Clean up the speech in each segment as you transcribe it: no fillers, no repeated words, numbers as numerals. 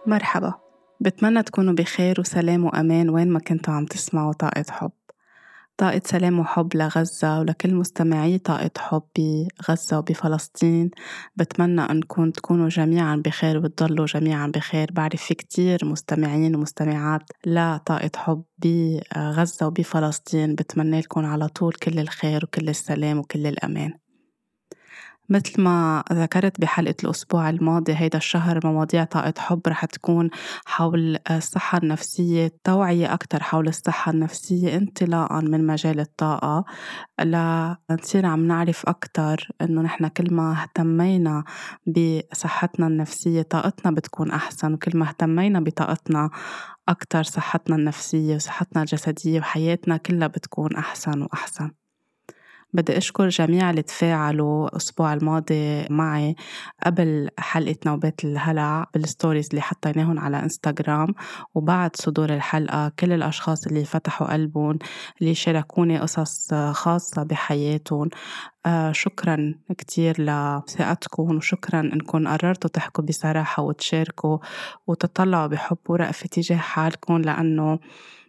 مرحبا، بتمنى تكونوا بخير وسلام وأمان وين ما كنتوا عم تسمعوا طاقة حب. طاقة سلام وحب لغزة ولكل مستمعي طاقة حب بغزة وبفلسطين. بتمنى أنكم تكونوا جميعا بخير وتضلوا جميعا بخير. بعرف في كتير مستمعين ومستمعات لطاقة حب بغزة وبفلسطين، بتمنى لكم على طول كل الخير وكل السلام وكل الأمان. مثل ما ذكرت بحلقة الأسبوع الماضي، هيدا الشهر مواضيع طاقة حب رح تكون حول الصحة النفسية، توعية أكتر حول الصحة النفسية انطلاقا من مجال الطاقة، لنصير عم نعرف أكتر إنه نحن كل ما اهتمينا بصحتنا النفسية طاقتنا بتكون أحسن، وكل ما اهتمينا بطاقتنا أكتر صحتنا النفسية وصحتنا الجسدية وحياتنا كلها بتكون أحسن وأحسن. بدي أشكر جميع اللي تفاعلوا الأسبوع الماضي معي قبل حلقة نوبات الهلع بالستوريز اللي حطيناهم على إنستغرام، وبعد صدور الحلقة كل الأشخاص اللي فتحوا قلبهم، اللي شاركوني قصص خاصة بحياتهم. شكرا كتير لثقتكم، وشكرا إنكم قررتوا تحكوا بصراحة وتشاركوا وتطلعوا بحب ورأفة تجاه حالكم، لأنه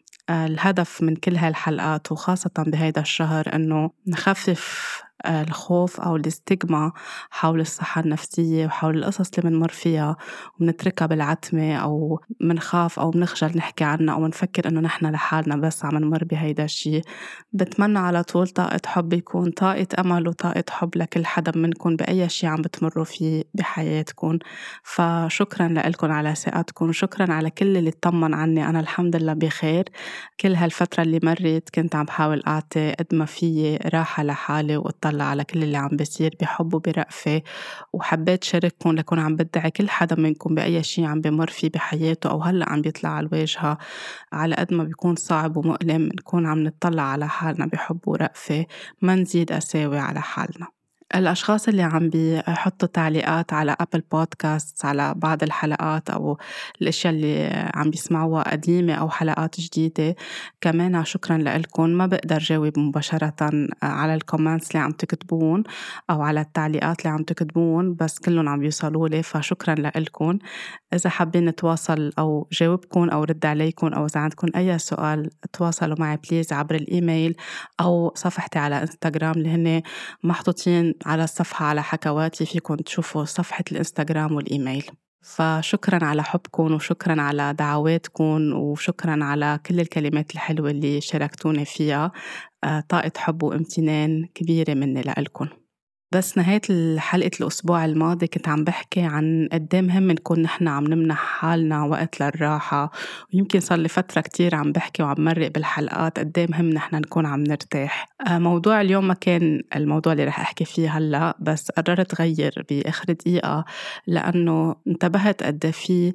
الهدف من كل هالحلقات وخاصة بهيدا الشهر إنه نخفف الخوف أو الاستجمة حول الصحة النفسية وحول القصص اللي منمر فيها ومنتركها بالعتمة، أو منخاف أو منخجل نحكي عنها أو منفكر إنه نحن لحالنا بس عم نمر بهيدا الشيء. بتمنى على طول طاقة حب يكون طاقة أمل وطاقة حب لكل حدا منكم بأي شيء عم بتمروا فيه بحياتكم. فشكرا لكم على ثقتكم، وشكرا على كل اللي اطمن عني. أنا الحمد لله بخير. كل هالفترة اللي مرت كنت عم بحاول أعطي قد ما فيي راحة لحالي وأطلع على كل اللي عم بيصير بحب وبرأفة، وحبيت شارككم لكون عم بدعي كل حدا منكم بأي شيء عم بمر فيه بحياته أو هلأ عم بيطلع على الواجهة. على قد ما بيكون صعب ومؤلم نكون عم نطلع على حالنا بحب ورأفة، ما نزيد قساوة على حالنا. الأشخاص اللي عم بيحطوا تعليقات على أبل بودكاست على بعض الحلقات أو الأشياء اللي عم بيسمعوها قديمة أو حلقات جديدة، كمان شكرا لكم. ما بقدر جاوب مباشرة على الكومنتس اللي عم تكتبون أو على التعليقات اللي عم تكتبون، بس كلهم عم بيوصلوا لي، فشكرا لكم. إذا حابين نتواصل أو جاوبكم أو رد عليكم أو إذا عندكم أي سؤال تواصلوا معي بليز عبر الإيميل أو صفحتي على إنستغرام اللي هن محطوطين على الصفحة على حكواتي، فيكم تشوفوا صفحة الإنستغرام والإيميل. فشكرا على حبكم وشكرا على دعواتكم وشكرا على كل الكلمات الحلوة اللي شاركتوني فيها. طاقة حب وامتنان كبيرة مني لألكم. بس نهاية حلقة الأسبوع الماضي كنت عم بحكي عن قد ايه مهم نكون نحن عم نمنح حالنا وقت للراحة، ويمكن صار لي فترة كتير عم بحكي وعم مرق بالحلقات قد ايه مهم نحن نكون عم نرتاح. موضوع اليوم ما كان الموضوع اللي رح أحكي فيه هلأ، بس قررت غير بآخر دقيقة لأنه انتبهت قد ايه في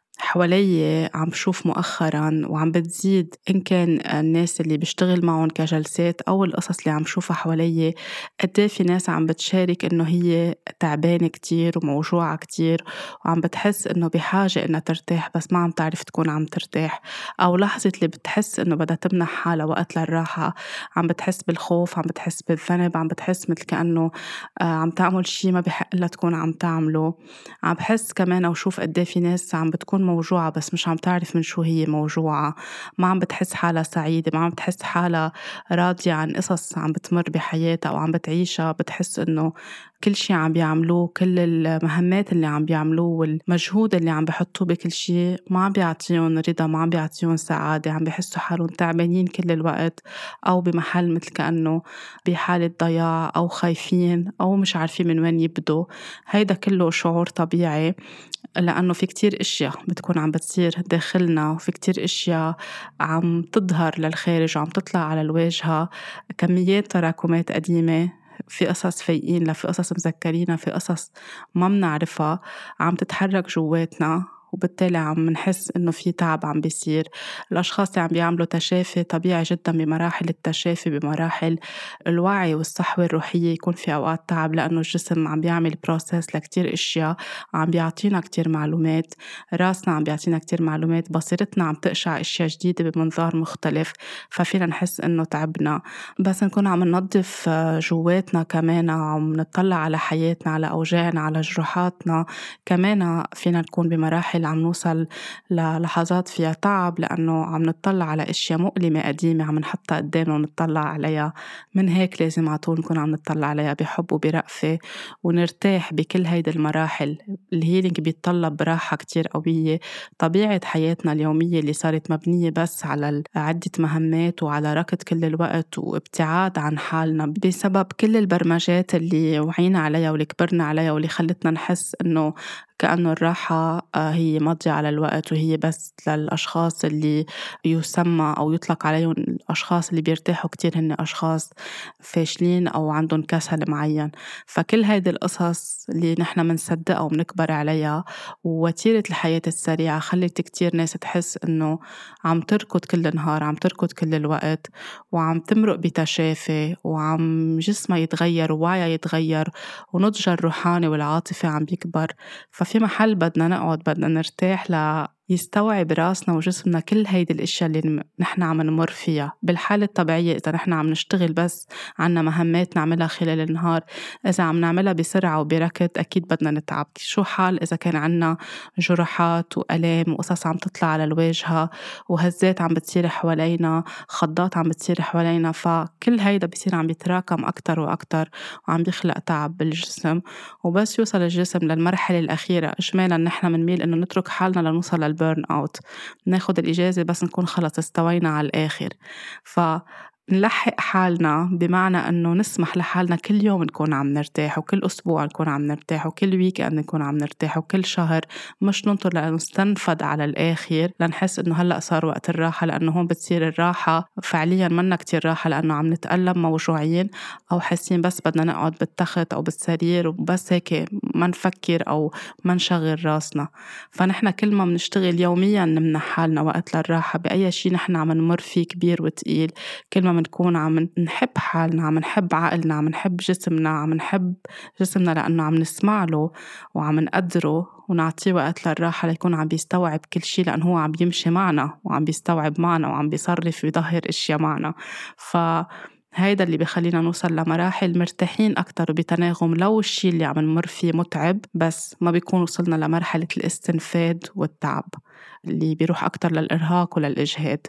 حوالي عم بشوف مؤخراً وعم بتزيد، إن كان الناس اللي بيشتغل معهم كجلسات أو القصص اللي عم شوفها حوالي، قد في ناس عم بتشارك إنه هي تعبانة كتير وموجوعة كتير وعم بتحس إنه بحاجة إنها ترتاح بس ما عم تعرف تكون عم ترتاح، أو لحظة اللي بتحس إنه بدها تمنح حالها وقت للراحة عم بتحس بالخوف، عم بتحس بالذنب، عم بتحس مثل كأنه عم تعمل شي ما بحق لها تكون عم تعمله. عم بحس كمان أو شوف قد في ناس عم بتكون موجوعة بس مش عم تعرف من شو هي موجوعة، ما عم بتحس حالها سعيدة، ما عم بتحس حالها راضية عن قصص عم بتمر بحياتها أو عم بتعيشها. بتحس إنه كل شي عم بيعملوه، كل المهمات اللي عم بيعملوه والمجهود اللي عم بيحطوه بكل شي ما عم بيعطيهم رضا، ما عم بيعطيهم سعادة، عم بيحسوا حالهم تعبانين كل الوقت أو بمحل مثل كأنه بحالة ضياع أو خايفين أو مش عارفين من وين يبدوا. هيدا كله شعور طبيعي لأنه في كتير إشياء بتكون عم بتصير داخلنا، وفي كتير إشياء عم تظهر للخارج وعم تطلع على الواجهة، كميات تراكمات قديمة، في قصص فايقين في قصص مذكرينها، في قصص ما منعرفها عم تتحرك جواتنا، وبالتالي عم نحس إنه في تعب عم بيصير. الأشخاص اللي عم بيعملوا تشافي طبيعي جدا بمراحل التشافي بمراحل الوعي والصحوة الروحية يكون في أوقات تعب، لأنه الجسم عم بيعمل بروسيس لكتير إشياء، عم بيعطينا كتير معلومات، راسنا عم بيعطينا كتير معلومات، بصيرتنا عم تقشع إشياء جديدة بمنظار مختلف، ففينا نحس إنه تعبنا. بس نكون عم ننظف جواتنا كمان، عم نطلع على حياتنا، على أوجاعنا، على جروحاتنا، كمان فينا نكون بمراحل مراحل عم نوصل للحظات فيها تعب، لأنه عم نطلع على أشياء مؤلمة قديمة عم نحطها قدامنا ونطلع عليها. من هيك لازم على طول نكون عم نطلع عليها بحب وبرأفة ونرتاح بكل هيدي المراحل. الهيلينج بيتطلب براحة كتير قوية. طبيعة حياتنا اليومية اللي صارت مبنية بس على عدة مهمات وعلى ركض كل الوقت وابتعاد عن حالنا بسبب كل البرمجات اللي وعينا عليها واللي كبرنا عليها واللي خلتنا نحس إنه كأنه الراحة هي مضيعة على الوقت وهي بس للأشخاص اللي يسمى أو يطلق عليهم الأشخاص اللي بيرتاحوا كتير هن أشخاص فاشلين أو عندهم كسل معين. فكل هيدي القصص اللي نحن منصدقها ومنكبر عليها ووتيرة الحياة السريعة خلت كتير ناس تحس إنه عم تركض كل النهار، عم تركض كل الوقت، وعم تمرق بتشافي، وعم جسمها يتغير ووعيها يتغير ونضجها الروحاني والعاطفي عم بيكبر. ففي محل بدنا نقعد بدنا نرتاح يستوعب راسنا وجسمنا كل هيدي الاشياء اللي نحن عم نمر فيها. بالحالة الطبيعية اذا نحن عم نشتغل بس عنا مهمات نعملها خلال النهار، اذا عم نعملها بسرعة وبركض اكيد بدنا نتعب. شو حال اذا كان عنا جروحات والام وقصص عم تطلع على الواجهة وهزات عم بتصير حوالينا، خضات عم بتصير حوالينا، فكل هيدا بصير عم يتراكم اكتر واكتر وعم بيخلق تعب بالجسم. وبس يوصل الجسم للمرحلة الأخيرة إجمالا نحن منميل إنه نترك حالنا لنوصل للبيرن أوت، ناخد الإجازة بس نكون خلص استوينا على الآخر. نلحق حالنا بمعنى أنه نسمح لحالنا كل يوم نكون عم نرتاح، وكل أسبوع نكون عم نرتاح، وكل ويكند نكون عم نرتاح، وكل شهر، مش ننطر لنستنفد على الآخر لنحس أنه هلأ صار وقت الراحة. لأنه هون بتصير الراحة فعليا منا كتير راحة، لأنه عم نتألم موجوعين أو حاسين بس بدنا نقعد بالتخت أو بالسرير وبس هيك ما نفكر أو ما نشغل راسنا. فنحن كل ما بنشتغل يوميا نمنح حالنا وقت للراحة بأي شيء نحن عم نمر فيه كبير وتقيل. كل ما منكون عم نحب حالنا، عم نحب عقلنا، عم نحب جسمنا، عم نحب جسمنا لأنه عم نسمع له وعم نقدره ونعطيه وقت للراحة ليكون عم بيستوعب كل شيء، لأنه هو عم بيمشي معنا وعم بيستوعب معنا وعم بيصرف ويظهر إشياء معنا. هيدا اللي بيخلينا نوصل لمراحل مرتاحين أكتر وبتناغم. لو الشيء اللي عم نمر فيه متعب بس ما بيكون وصلنا لمرحلة الاستنفاد والتعب اللي بيروح أكتر للإرهاق وللإجهاد.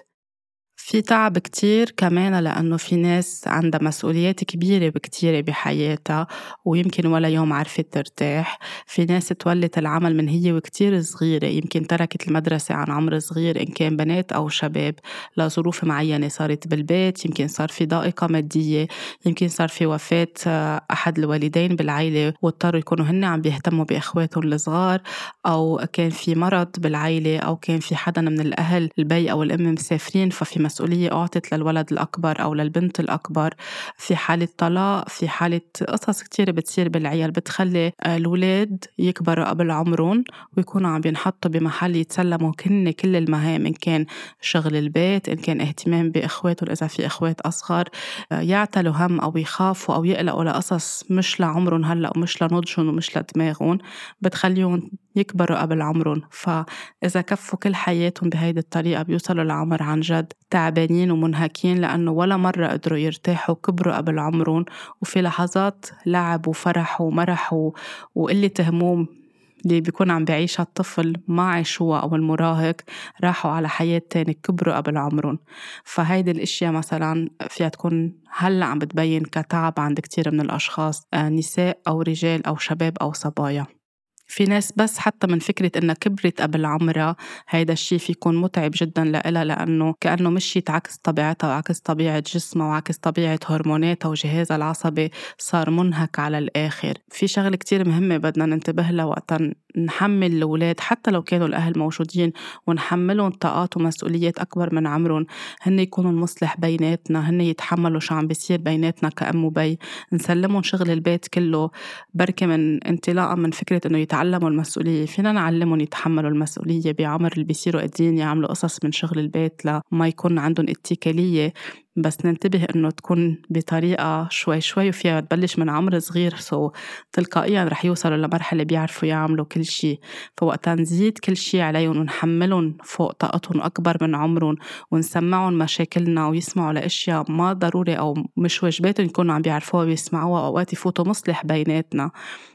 في تعب كتير كمان لأنه في ناس عندها مسؤوليات كبيرة بكتيرة بحياتها ويمكن ولا يوم عرفت ترتاح. في ناس تولت العمل من هي وكتير صغيرة، يمكن تركت المدرسة عن عمر صغير إن كان بنات أو شباب لظروف معينة صارت بالبيت، يمكن صار في ضائقة مادية، يمكن صار في وفاة أحد الوالدين بالعائلة واضطروا يكونوا هن عم بيهتموا بإخواتهم الصغار، أو كان في مرض بالعائلة، أو كان في حدا من الأهل البي أو الأم مسافرين ففي مسؤولية أعطت للولد الأكبر أو للبنت الأكبر. في حالة طلاق، في حالة قصص كتير بتصير بالعيال بتخلي الولاد يكبروا قبل عمرهم ويكونوا عم بينحطوا بمحل يتسلموا كل المهام، إن كان شغل البيت، إن كان اهتمام بإخواتهم إذا في إخوات أصغر، يعتلوا هم أو يخافوا أو يقلقوا لقصص مش لعمرهم هلأ ومش لنضجهم ومش لدماغهم، بتخليهم يكبروا قبل عمرهم. فإذا كفوا كل حياتهم بهيدي الطريقة بيوصلوا لعمر عن جد تعبانين ومنهكين، لأنه ولا مرة قدروا يرتاحوا، كبروا قبل عمرهم، وفي لحظات لعب وفرح ومرح وقلة هموم اللي بيكون عم بيعيشها الطفل ما عيشوها أو المراهق راحوا على حياة تاني، كبروا قبل عمرهم. فهيدي الاشياء مثلا فيها تكون هلأ عم بتبين كتعب عند كتير من الأشخاص، نساء أو رجال أو شباب أو صبايا. في ناس بس حتى من فكرة إنها كبرت قبل عمرها هيدا الشي فيكون متعب جدا لإلها، لأنه كأنه مشيت عكس طبيعتها وعكس طبيعة جسمها وعكس طبيعة هرموناتها وجهازها العصبي صار منهك على الآخر. في شغلة كتير مهمة بدنا ننتبه لها وقتا نحمل الأولاد حتى لو كانوا الأهل موجودين ونحملهم طاقات ومسؤوليات أكبر من عمرهم، هن يكونوا المصلح بيناتنا، هن يتحملوا شو عم بيصير بيناتنا كأم وبي، نسلمهم شغل البيت كله بركة من انطلاقا من فكرة إنه يتعلموا المسؤولية. فينا نعلمهم يتحملوا المسؤولية بعمر اللي بيصيروا قادرين يعملوا قصص من شغل البيت لما يكون عندهم اتكالية، بس ننتبه إنه تكون بطريقة شوي شوي وفيها تبلش من عمر صغير، تلقائيا رح يوصلوا لمرحلة بيعرفوا يعملوا كل شيء. فوقتا نزيد كل شيء عليهم ونحملهم فوق طاقتهم أكبر من عمرهم ونسمعهم مشاكلنا ويسمعوا لأشياء ما ضروري أو مش واجباتهم يكونوا عم بيعرفوها ويسمعوها، أوقات يفوتوا مصلح بيناتنا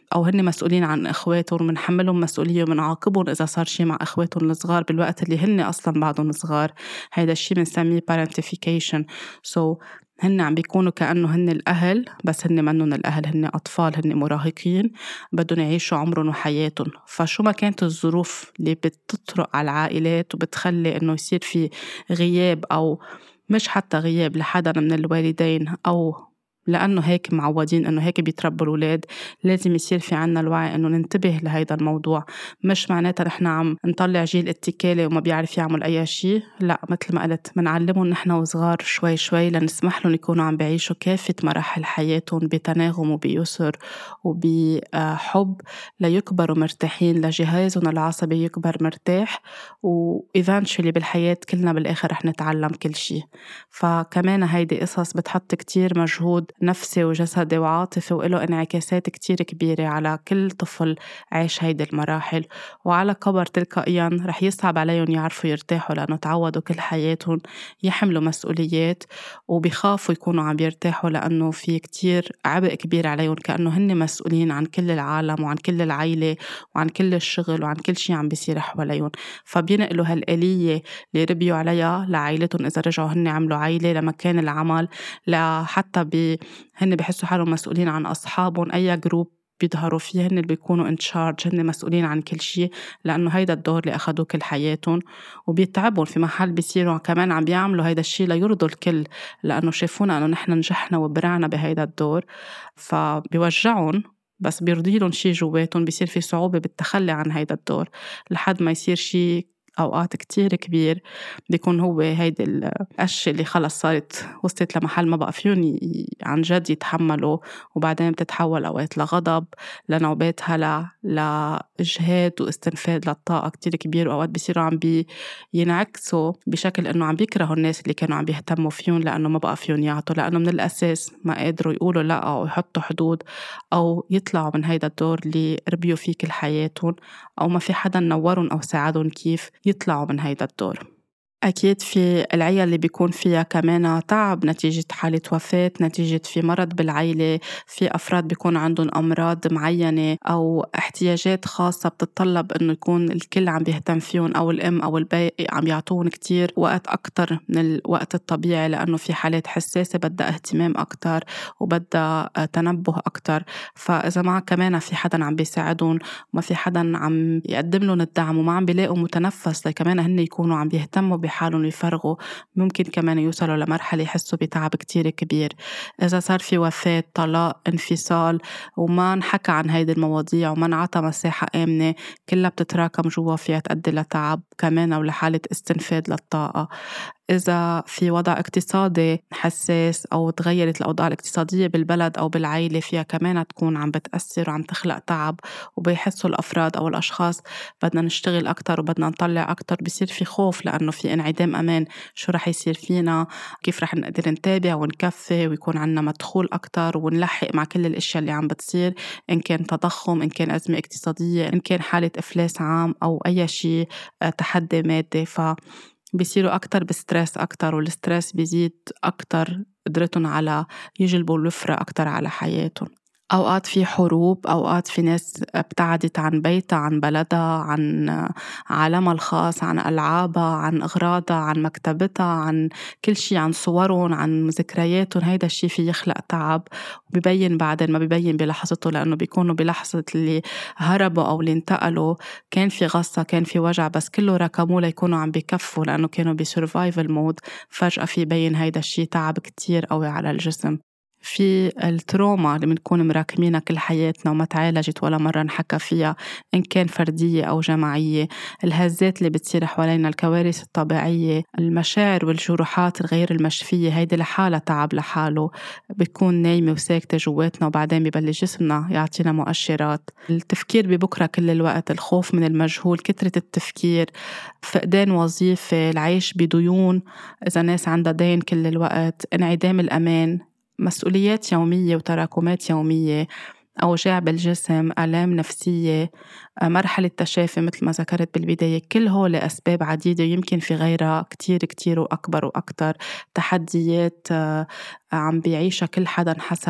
أو هن مسؤولين عن إخواتهم، منحملهم مسؤولية ومنعاقبهم إذا صار شي مع إخواتهم الصغار بالوقت اللي هن أصلاً بعضهم صغار. هيدا الشي بنسميه parentification. هن عم بيكونوا كأنه هن الأهل، بس هن منن الأهل، هن أطفال، هن مراهقين بدهم يعيشوا عمرهم وحياتهم. فشو ما كانت الظروف اللي بتطرق على العائلات وبتخلي إنه يصير في غياب أو مش حتى غياب لحدا من الوالدين، أو لأنه هيك معودين إنه هيك بيتربوا الأولاد، لازم يصير في عنا الوعي إنه ننتبه لهيدا الموضوع. مش معناتها نحن عم نطلع جيل اتكالي وما بيعرف يعمل أي شيء، لا، مثل ما قلت منعلمهم نحن وصغار شوي شوي لنسمح لهم يكونوا عم بيعيشوا كافة مراحل حياتهم بتناغم وبيسر وبحب، ليكبروا مرتاحين، لجهازهم العصبي يكبر مرتاح، وإيفانشولي بالحياة كلنا بالآخر رح نتعلم كل شيء. فكمان هيدي قصص بتحط كتير مجهود نفسي وجسدي وعاطفي، وإله انعكاسات كتير كبيرة على كل طفل عايش هيدي المراحل. وعلى كبر تلقائيا رح يصعب عليهم يعرفوا يرتاحوا، لأنه تعودوا كل حياتهم يحملوا مسؤوليات وبيخافوا يكونوا عم يرتاحوا، لأنه في كتير عبء كبير عليهم، كأنه هن مسؤولين عن كل العالم وعن كل العيلة وعن كل الشغل وعن كل شيء عم بيصير حواليهم. فبينقلوا هالآلية اللي ربيوا عليها لعائلتهم إذا رجعوا هن عملوا عيلة لمكان العمل، حتى هن بيحسوا حالهم مسؤولين عن أصحابهم. أي جروب بيظهروا فيه هن اللي بيكونوا in charge، هن مسؤولين عن كل شيء، لأنه هيدا الدور اللي أخدوه كل حياتهم. وبيتعبون في محل بيصيروا كمان عم بيعملوا هيدا الشيء ليرضوا الكل، لأنه شافونا أنه نحن نجحنا وبرعنا بهيدا الدور، فبيوجعون، بس بيرضيلهم شيء جواتهم، بيصير في صعوبة بالتخلي عن هيدا الدور لحد ما يصير شيء أوقات كتير كبير، بيكون هو هيدا الأشياء اللي خلص وصلت لمحل ما بقى فيهم عن جد يتحملوا. وبعدين بتتحول أوقات لغضب، لنوبات هلع، لإجهاد واستنفاد للطاقة كتير كبير. وأوقات بيصيروا عم ينعكسوا بشكل إنه عم بيكرهوا الناس اللي كانوا عم بيهتموا فيهم، لأنه ما بقى فيهم يعطوا، لأنه من الأساس ما قادروا يقولوا لا أو يحطوا حدود أو يطلعوا من هيدا الدور اللي ربيوا فيه كل حياتهم، أو ما في حدا نورهم أو ساعدهم كيف يطلعوا من هيدا الدور. أكيد في العيلة اللي بيكون فيها كمان تعب نتيجة حالة وفاة، نتيجة في مرض بالعيلة، في أفراد بيكون عندهم أمراض معينة أو احتياجات خاصة بتتطلب إنه يكون الكل عم بيهتم فيهم، أو الأم أو الباقي عم يعطون كتير وقت أكتر من الوقت الطبيعي، لأنه في حالات حساسة بدها اهتمام أكتر وبدها تنبه أكتر. فإذا ما كمان في حدا عم بيساعدهم وما في حدا عم يقدم لهم الدعم وما عم بيلاقوا متنفس كمان هن يكونوا عم بيهتموا بحالهم يفرغوا، ممكن كمان يوصلوا لمرحلة يحسوا بتعب كتير كبير. إذا صار في وفاة، طلاق، انفصال، وما نحكى عن هيدي المواضيع وما نعطى مساحة آمنة، كلها بتتراكم جوا، فيها تؤدي لتعب كمان أو لحالة استنفاد للطاقة. إذا في وضع اقتصادي حساس أو تغيرت الأوضاع الاقتصادية بالبلد أو بالعائلة، فيها كمان تكون عم بتأثر وعم تخلق تعب، وبيحسوا الأفراد أو الأشخاص بدنا نشتغل أكتر وبدنا نطلع أكتر. بيصير في خوف لأنه في انعدام أمان، شو رح يصير فينا، كيف رح نقدر نتابع ونكفي ويكون عنا مدخول أكتر ونلحق مع كل الأشياء اللي عم بتصير، إن كان تضخم، إن كان أزمة اقتصادية، إن كان حالة إفلاس عام أو أي شيء، تحدي مادي. بيصيروا أكتر بستريس أكتر، والستريس بيزيد أكتر قدرتهم على يجلبوا الوفرة أكتر على حياتهم. أوقات في حروب، أوقات في ناس ابتعدت عن بيتها، عن بلدها، عن عالمها الخاص، عن ألعابها، عن أغراضها، عن مكتبتها، عن كل شيء، عن صورهم، عن ذكرياتهم. هيدا الشيء في يخلق تعب، وبيبين بعدين، ما بيبين بلحظته، لأنه بيكونوا بلحظة اللي هربوا أو اللي انتقلوا كان في غصة، كان في وجع، بس كله ركموه ليكونوا عم بكفوا، لأنه كانوا بسورفايفل مود. فجأة في بين هيدا الشيء تعب كتير قوي على الجسم. في التروما اللي بنكون مراكمينها كل حياتنا وما تعالجت ولا مرة نحكى فيها، إن كان فردية أو جماعية، الهزات اللي بتصير حوالينا، الكوارث الطبيعية، المشاعر والجروحات الغير المشفية، هيدي لحالها تعب لحاله. بتكون نايمة وساكتة جواتنا، وبعدين ببلش جسمنا يعطينا مؤشرات. التفكير ببكرة كل الوقت، الخوف من المجهول، كترة التفكير، فقدان وظيفة، العيش بديون إذا ناس عندها دين كل الوقت، انعدام الأمان، مسؤوليات يومية وتراكمات يومية، أوجاع بالجسم، آلام نفسية، مرحلة تشافي مثل ما ذكرت بالبداية. كل هول أسباب عديدة، يمكن في غيرها كتير كتير وأكبر وأكتر تحديات عم بيعيشها كل حدا حسب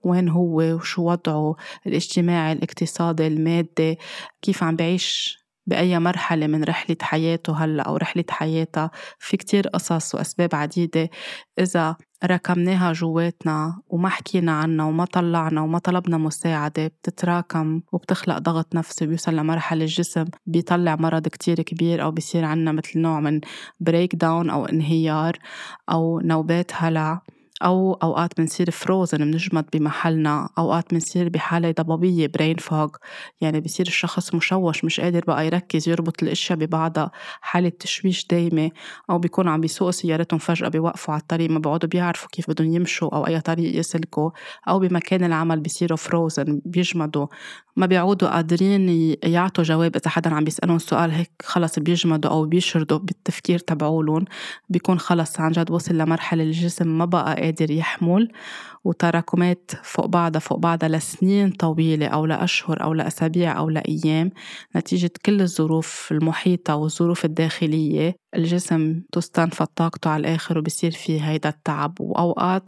وين هو وشو وضعه الاجتماعي الاقتصادي المادي، كيف عم بعيش بأي مرحلة من رحلة حياته هلأ أو رحلة حياتها. في كتير قصص وأسباب عديدة إذا ركمناها جواتنا وما حكينا عنها وما طلعنا وما طلبنا مساعدة بتتراكم وبتخلق ضغط نفسي، وبيوصل لمرحلة الجسم بيطلع مرض كتير كبير، أو بيصير عنا مثل نوع من بريك داون أو انهيار أو نوبات هلع، أو أوقات منصير فروزن منجمد بمحلنا، أوقات منصير بحالة ضبابية برين فوغ، يعني بيصير الشخص مشوش مش قادر بقى يركز يربط الأشياء ببعضها، حالة تشويش دايمة، أو بيكون عم بيسوقوا سيارتهم فجأة بيوقفوا على الطريق ما بيقعدوا بيعرفوا كيف بدهم يمشوا أو أي طريق يسلكوا، أو بمكان العمل بيصيروا فروزن بيجمدوا ما بيعودوا قادرين يعطوا جواب. إذا حدا عم بيسألون سؤال هيك خلص بيجمدوا أو بيشردوا بالتفكير تبعولن، بيكون خلص عن جد وصل لمرحلة الجسم ما بقى قادر يحمل، وتراكمات فوق بعضها فوق بعضها لسنين طويلة أو لأشهر أو لأسابيع أو لأيام، نتيجة كل الظروف المحيطة والظروف الداخلية الجسم تستنفذ طاقته على الآخر وبصير فيه هيدا التعب. وأوقات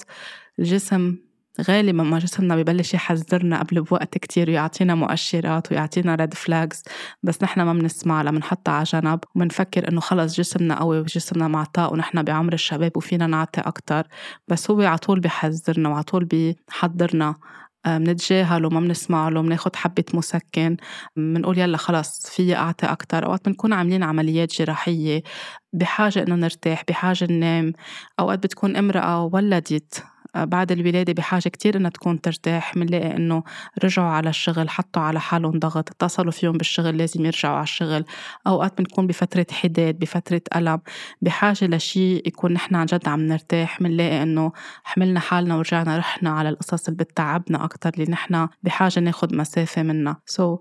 الجسم غالبا ما جسمنا ببلش يحذرنا قبل بوقت كتير ويعطينا مؤشرات ويعطينا ريد فلاجز، بس نحن ما بنسمع لها، بنحطها على جنب ومنفكر إنه خلص جسمنا قوي وجسمنا معطاء ونحن بعمر الشباب وفينا نعطي أكتر، بس هو عطول بيحذرنا وعطول بيحضرنا. منتجاهل وما بنسمع له، بناخد حبة مسكن، بنقول يلا خلص في أعطي أكتر. أوقات بنكون عاملين عمليات جراحية بحاجة إنه نرتاح، بحاجة ننام. أوقات بتكون امرأة ولدت بعد الولادة بحاجة كتير إنها تكون ترتاح، منلاقي إنه رجعوا على الشغل حطوا على حالهم ضغط، اتصلوا فيهم بالشغل لازم يرجعوا على الشغل. أوقات بنكون بفترة حداد بفترة ألم بحاجة لشي يكون نحن عن جد عم نرتاح، منلاقي إنه حملنا حالنا ورجعنا رحنا على القصص اللي بتتعبنا أكتر اللي نحن بحاجة ناخد مسافة منها.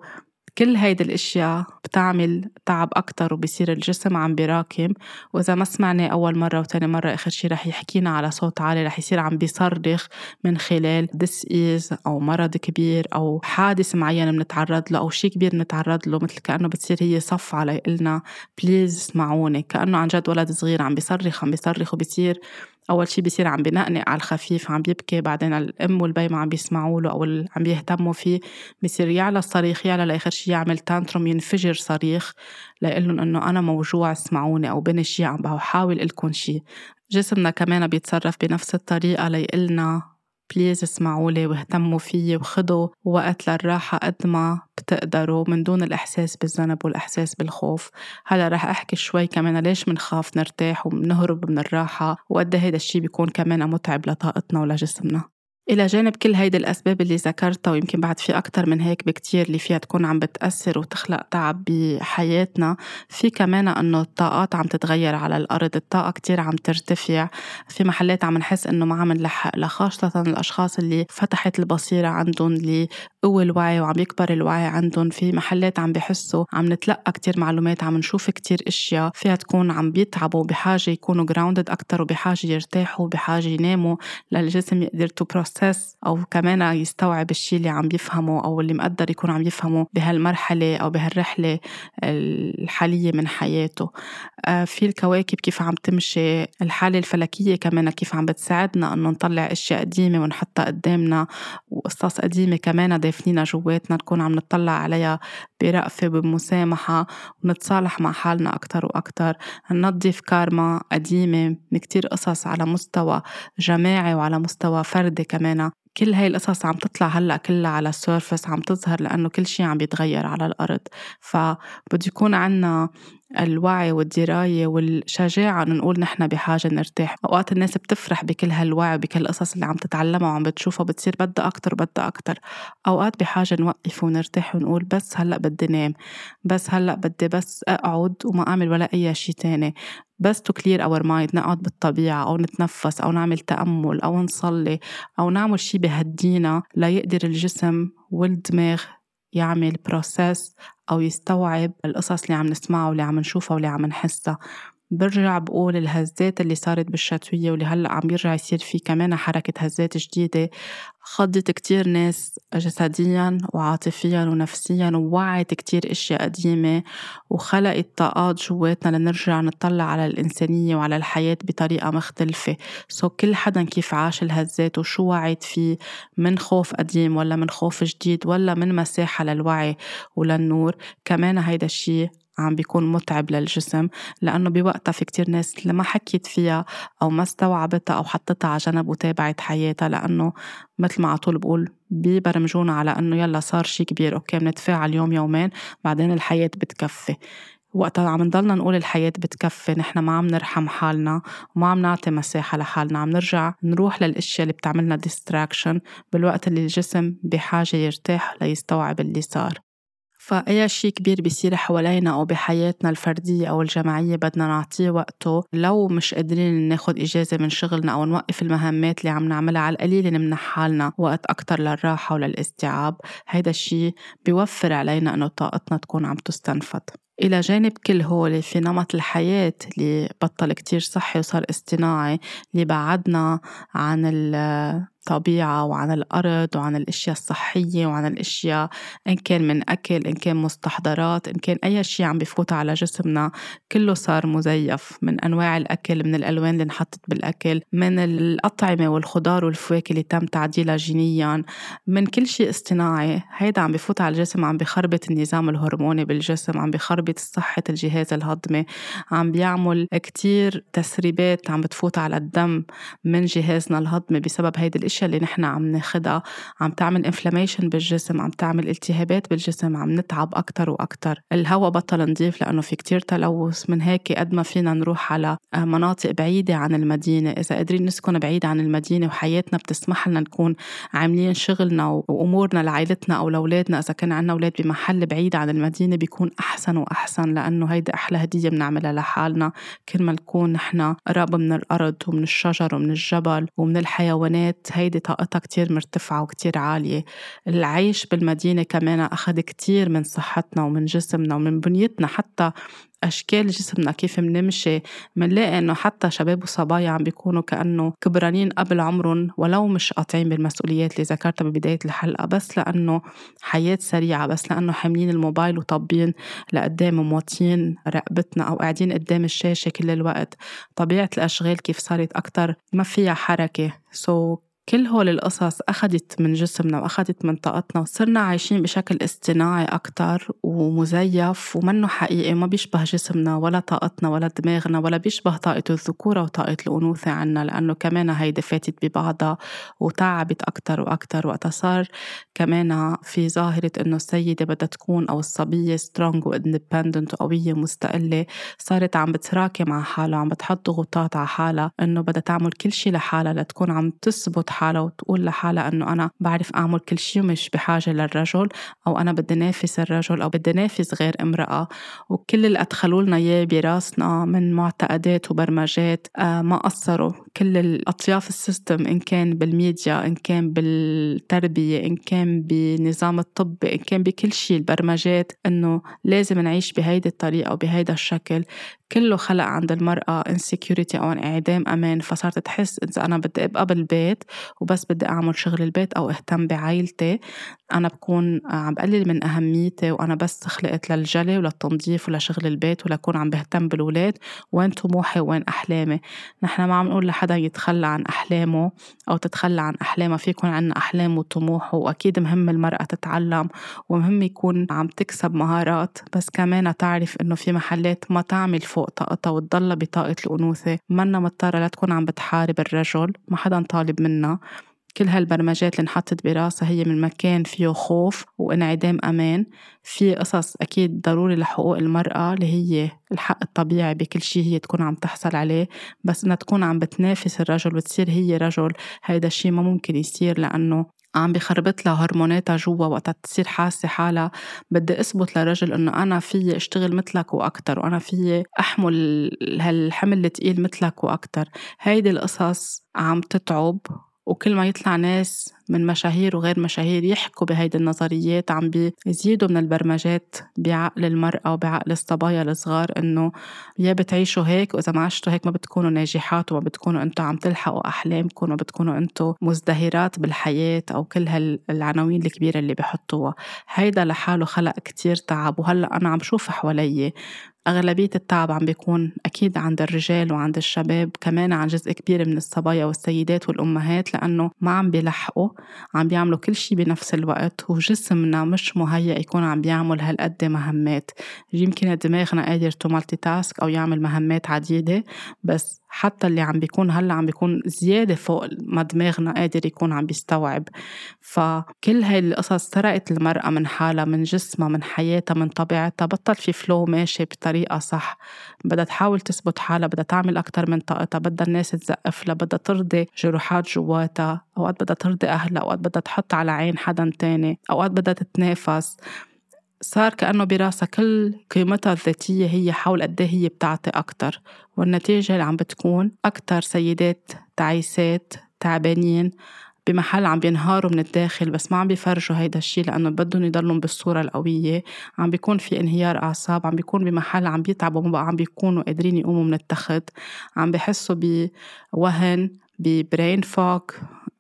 كل هيدي الاشياء بتعمل تعب اكتر وبصير الجسم عم بيراكم. واذا ما سمعني اول مره وتاني مره اخر شي رح يحكينا على صوت عالي، رح يصير عم بيصرخ من خلال ديسيز او مرض كبير او حادث معين بنتعرض له او شي كبير بنتعرض له، مثل كانه بتصير هي صف على يقلنا بليز اسمعوني، كانه عن جد ولد صغير عم بيصرخ عم بيصرخ، وبصير أول شي بيصير عم بنقنق على الخفيف عم بيبكي، بعدين الأم والبي ما عم بيسمعوا له أو عم بيهتموا فيه بيصير يعلى الصريخ، يعلى لآخر شي يعمل تانتروم ينفجر صريخ ليقلن إنه أنا موجوع اسمعوني أو بين شي عم بحاول إلكن شي. جسمنا كمان بيتصرف بنفس الطريقة ليقلنا بليز اسمعولي واهتموا فيي وخدوا وقت للراحة قد ما بتقدروا من دون الإحساس بالذنب والإحساس بالخوف. هلا رح أحكي شوي كمان ليش منخاف نرتاح ومنهرب من الراحة وقد هيدا الشي بيكون كمان متعب لطاقتنا ولجسمنا. إلى جانب كل هيدي الأسباب اللي ذكرتها ويمكن بعد في أكتر من هيك بكتير اللي فيها تكون عم بتأثر وتخلق تعب بحياتنا، في كمان أنه الطاقات عم تتغير على الأرض، الطاقة كتير عم ترتفع في محلات، عم نحس أنه ما عم نلحق لخاصة الأشخاص اللي فتحت البصيرة عندهم اللي قوي الوعي وعم يكبر الوعي عندهم، في محلات عم بحسوا عم نتلقى كتير معلومات، عم نشوف كتير إشياء فيها تكون عم بيتعبوا بحاجة يكونوا grounded أكتر وبحاجة يرتاحوا بحاجة يناموا للجسم يقدر أو كمان يستوعب الشيء اللي عم يفهمه أو اللي مقدر يكون عم يفهمه بهالمرحلة أو بهالرحلة الحالية من حياته. في الكواكب كيف عم تمشي، الحالة الفلكية كمان كيف عم بتساعدنا أنه نطلع أشياء قديمة ونحطها قدامنا، وقصص قديمة كمان دافنينا جواتنا نكون عم نطلع عليها برأفة وبمسامحة ونتصالح مع حالنا أكتر وأكتر، ننظف كارما قديمة من كتير قصص على مستوى جماعي وعلى مستوى فردي كمان. كل هاي القصص عم تطلع هلأ كلها على السيرفس عم تظهر لأنه كل شي عم بيتغير على الأرض، فبده يكون عنا الوعي والدراية والشجاعة إنه نقول نحن بحاجة نرتاح. أوقات الناس بتفرح بكل هالوعي وبكل القصص اللي عم تتعلمها وعم بتشوفها بتصير بدها أكتر بدها أكتر. أوقات بحاجة نوقف ونرتاح ونقول بس هلأ بدي نام، بس هلأ بدي بس أقعد وما أعمل ولا أي شي تاني، بس to clear our mind، نقعد بالطبيعة أو نتنفس أو نعمل تأمل أو نصلي أو نعمل شي بهدينا ليقدر الجسم والدماغ يعمل process أو يستوعب القصص اللي عم نسمعها واللي عم نشوفها واللي عم نحسها. برجع بقول الهزات اللي صارت بالشتوية واللي هلأ عم يرجع يصير في كمان حركة هزات جديدة خضت كتير ناس جسدياً وعاطفياً ونفسياً، ووعت كتير إشياء قديمة، وخلقت طاقات جواتنا لنرجع نطلع على الإنسانية وعلى الحياة بطريقة مختلفة. كل حدا كيف عاش الهزات وشو وعيت فيه من خوف قديم ولا من خوف جديد ولا من مساحة للوعي وللنور، كمان هيدا الشي عم بيكون متعب للجسم، لأنه بوقتها في كتير ناس لما حكيت فيها أو ما استوعبتها أو حطتها على جنب وتابعت حياتها، لأنه مثل ما عطول بقول بيبرمجونا على أنه يلا صار شي كبير أوكي بنتفاعل يوم يومين بعدين الحياة بتكفي. وقتها عم نضلنا نقول الحياة بتكفي نحن ما عم نرحم حالنا وما عم نعطي مساحة لحالنا، عم نرجع نروح للأشياء اللي بتعملنا distraction بالوقت اللي الجسم بحاجة يرتاح ليستوعب اللي صار. فأي شيء كبير بيصير حوالينا أو بحياتنا الفردية أو الجماعية بدنا نعطيه وقته. لو مش قادرين ناخد إجازة من شغلنا أو نوقف المهمات اللي عم نعملها، على القليل نمنح حالنا وقت أكتر للراحة وللاستيعاب. هيدا الشيء بيوفر علينا أنه طاقتنا تكون عم تستنفد. إلى جانب كل هول في نمط الحياة اللي بطل كتير صحي وصار اصطناعي، اللي بعدنا عن الطبيعة وعن الأرض وعن الأشياء الصحية وعن الأشياء إن كان من أكل إن كان مستحضرات إن كان أي شيء عم بفوت على جسمنا، كله صار مزيف من أنواع الأكل، من الألوان اللي انحطت بالأكل، من الأطعمة والخضار والفواكه اللي تم تعديلها جينيا، من كل شيء اصطناعي. هيدا عم بفوت على الجسم، عم بخربط النظام الهرموني بالجسم، عم بخربط صحة الجهاز الهضمي، عم بيعمل كتير تسريبات عم بتفوت على الدم من جهازنا الهضمي بسبب هيدي الاشياء اللي نحن عم ناخدها. عم تعمل inflammation بالجسم، عم تعمل التهابات بالجسم، عم نتعب أكتر وأكتر. الهواء بطل نضيف لأنه في كتير تلوث. من هيك قد ما فينا نروح على مناطق بعيدة عن المدينة، إذا قادرين نسكن بعيد عن المدينة وحياتنا بتسمح لنا نكون عاملين شغلنا وأمورنا لعائلتنا أو لأولادنا، إذا كان عنا أولاد بمحل بعيد عن المدينة بيكون أحسن وأحسن، لأنه هيدا أحلى هدية بنعملها لحالنا. كل ما نكون نحن قراب من الأرض ومن الشجر ومن الجبل ومن الحيوانات، هيدي طاقتها كتير مرتفعة وكتير عالية. العيش بالمدينة كمان أخذ كتير من صحتنا ومن جسمنا ومن بنيتنا، حتى أشكال جسمنا كيف منمشي. منلاقي إنه حتى شباب وصبايا عم بيكونوا كأنه كبرانين قبل عمرهم، ولو مش قاطعين بالمسؤوليات اللي ذكرتها ببداية الحلقة، بس لأنه حياة سريعة، بس لأنه حاملين الموبايل وطابين لقدام وموطين رقبتنا أو قاعدين قدام الشاشة كل الوقت. طبيعة الأشغال كيف صارت أكتر ما فيها حركة. كل هول القصص أخدت من جسمنا وأخدت من طاقتنا، وصرنا عايشين بشكل اصطناعي أكتر ومزيف ومنه حقيقي، ما بيشبه جسمنا ولا طاقتنا ولا دماغنا ولا بيشبه طاقة الذكورة وطاقة الأنوثة عنا، لأنه كمان هيدا فاتت ببعضها وتعبت أكتر وأكتر. وقتها صار كمان في ظاهرة إنه السيدة بدها تكون أو الصبية strong و independent وقوية مستقلة، صارت عم بتراكم على حالها، عم بتحط ضغوطات على حالها إنه بدها تعمل كل شي لحالها لتكون عم تثبت حالها وتقول لحالها إنه أنا بعرف أعمل كل شي ومش بحاجة للرجل، أو أنا بدي نافس الرجل أو بدي نافس غير امرأة. وكل اللي أدخلوا لنا إياه براسنا من معتقدات وبرمجات ما قصروا. كل الأطياف السيستم، إن كان بالميديا إن كان بالتربية إن كان بنظام الطب إن كان بكل شي، البرمجات إنه لازم نعيش بهيدي الطريقة وبهيدا الشكل، كله خلق عند المرأة insecurity أو انعدام أمان. فصارت تحس إذا أنا بدي أبقى بالبيت وبس بدي أعمل شغل البيت أو أهتم بعائلتي، أنا بكون عم بقلل من أهميتي، وأنا بس خلقت للجلي وللتنظيف ولشغل البيت ولكون عم بهتم بالولاد. وين طموحي وين أحلامي؟ نحن ما عم نقول لحدا يتخلى عن أحلامه أو تتخلى عن أحلامه، في يكون عنا أحلام وطموح، وأكيد مهم المرأة تتعلم ومهم يكون عم تكسب مهارات، بس كمان تعرف إنه في محلات ما تعمل فوق طاقتها وتضل بطاقة الأنوثة. منا مضطرة لا تكون عم بتحارب الرجل، ما حدا طالب منا. كل هالبرمجات اللي انحطت براسها هي من مكان فيه خوف وانعدام أمان. في قصص أكيد ضروري لحقوق المرأة اللي هي الحق الطبيعي بكل شيء هي تكون عم تحصل عليه، بس إنها تكون عم بتنافس الرجل وتصير هي رجل، هيدا الشيء ما ممكن يصير، لأنه عم بخربط لها هرموناتها جوا. وقتها تصير حاسة حالها بدي أثبت للرجل إنه أنا فيي أشتغل مثلك وأكتر، وأنا فيي أحمل هالحمل الثقيل مثلك وأكتر. هيدي القصص عم تتعب وكل ما يطلع ناس من مشاهير وغير مشاهير يحكوا بهيدي النظريات عم بيزيدوا من البرمجات بعقل المرأة وبعقل الصبايا الصغار إنه يا بتعيشوا هيك، وإذا ما عشتوا هيك ما بتكونوا ناجحات وما بتكونوا أنتوا عم تلحقوا أحلامكم وما بتكونوا أنتوا مزدهرات بالحياة، أو كل هالعناوين الكبيرة اللي بيحطوها. هيدا لحاله خلق كتير تعب. وهلأ أنا عم شوف حوالي أغلبية التعب عم بيكون أكيد عند الرجال وعند الشباب، كمان عن جزء كبير من الصبايا والسيدات والأمهات، لأنه ما عم بيلحقوا، عم بيعملوا كل شي بنفس الوقت، وجسمنا مش مهيأ يكون عم بيعمل هالقد مهمات. يمكن دماغنا قادر تو مالتي تاسك أو يعمل مهمات عديدة، بس حتى اللي عم بيكون هلأ عم بيكون زيادة فوق ما دماغنا قادر يكون عم بيستوعب. فكل هاي القصص سرقت المرأة من حالها، من جسمها، من حياتها، من طبيعتها. بطل في فلو ماشي بطريقة صح، بدها تحاول تثبت حالها، بدها تعمل أكتر من طاقتها، بدها الناس تزقف لها، بدها ترضي جروحات جواتها، أوقات بدها ترضي أهلها، أوقات بدها تحط على عين حدا تاني، أوقات بدها تتنافس. صار كأنه براسها كل قيمتها الذاتية هي حول قد هي بتعطي أكتر، والنتيجة اللي عم بتكون أكتر سيدات تعيسات تعبانين بمحل عم بينهاروا من الداخل، بس ما عم بيفرجوا هيدا الشي لأنه بدهم يضلوا بالصورة القوية. عم بيكون في انهيار أعصاب، عم بيكون بمحل عم بيتعبوا، ما بقى عم بيكونوا قادرين يقوموا من التخت، عم بيحسوا بوهن، ببرين فوك،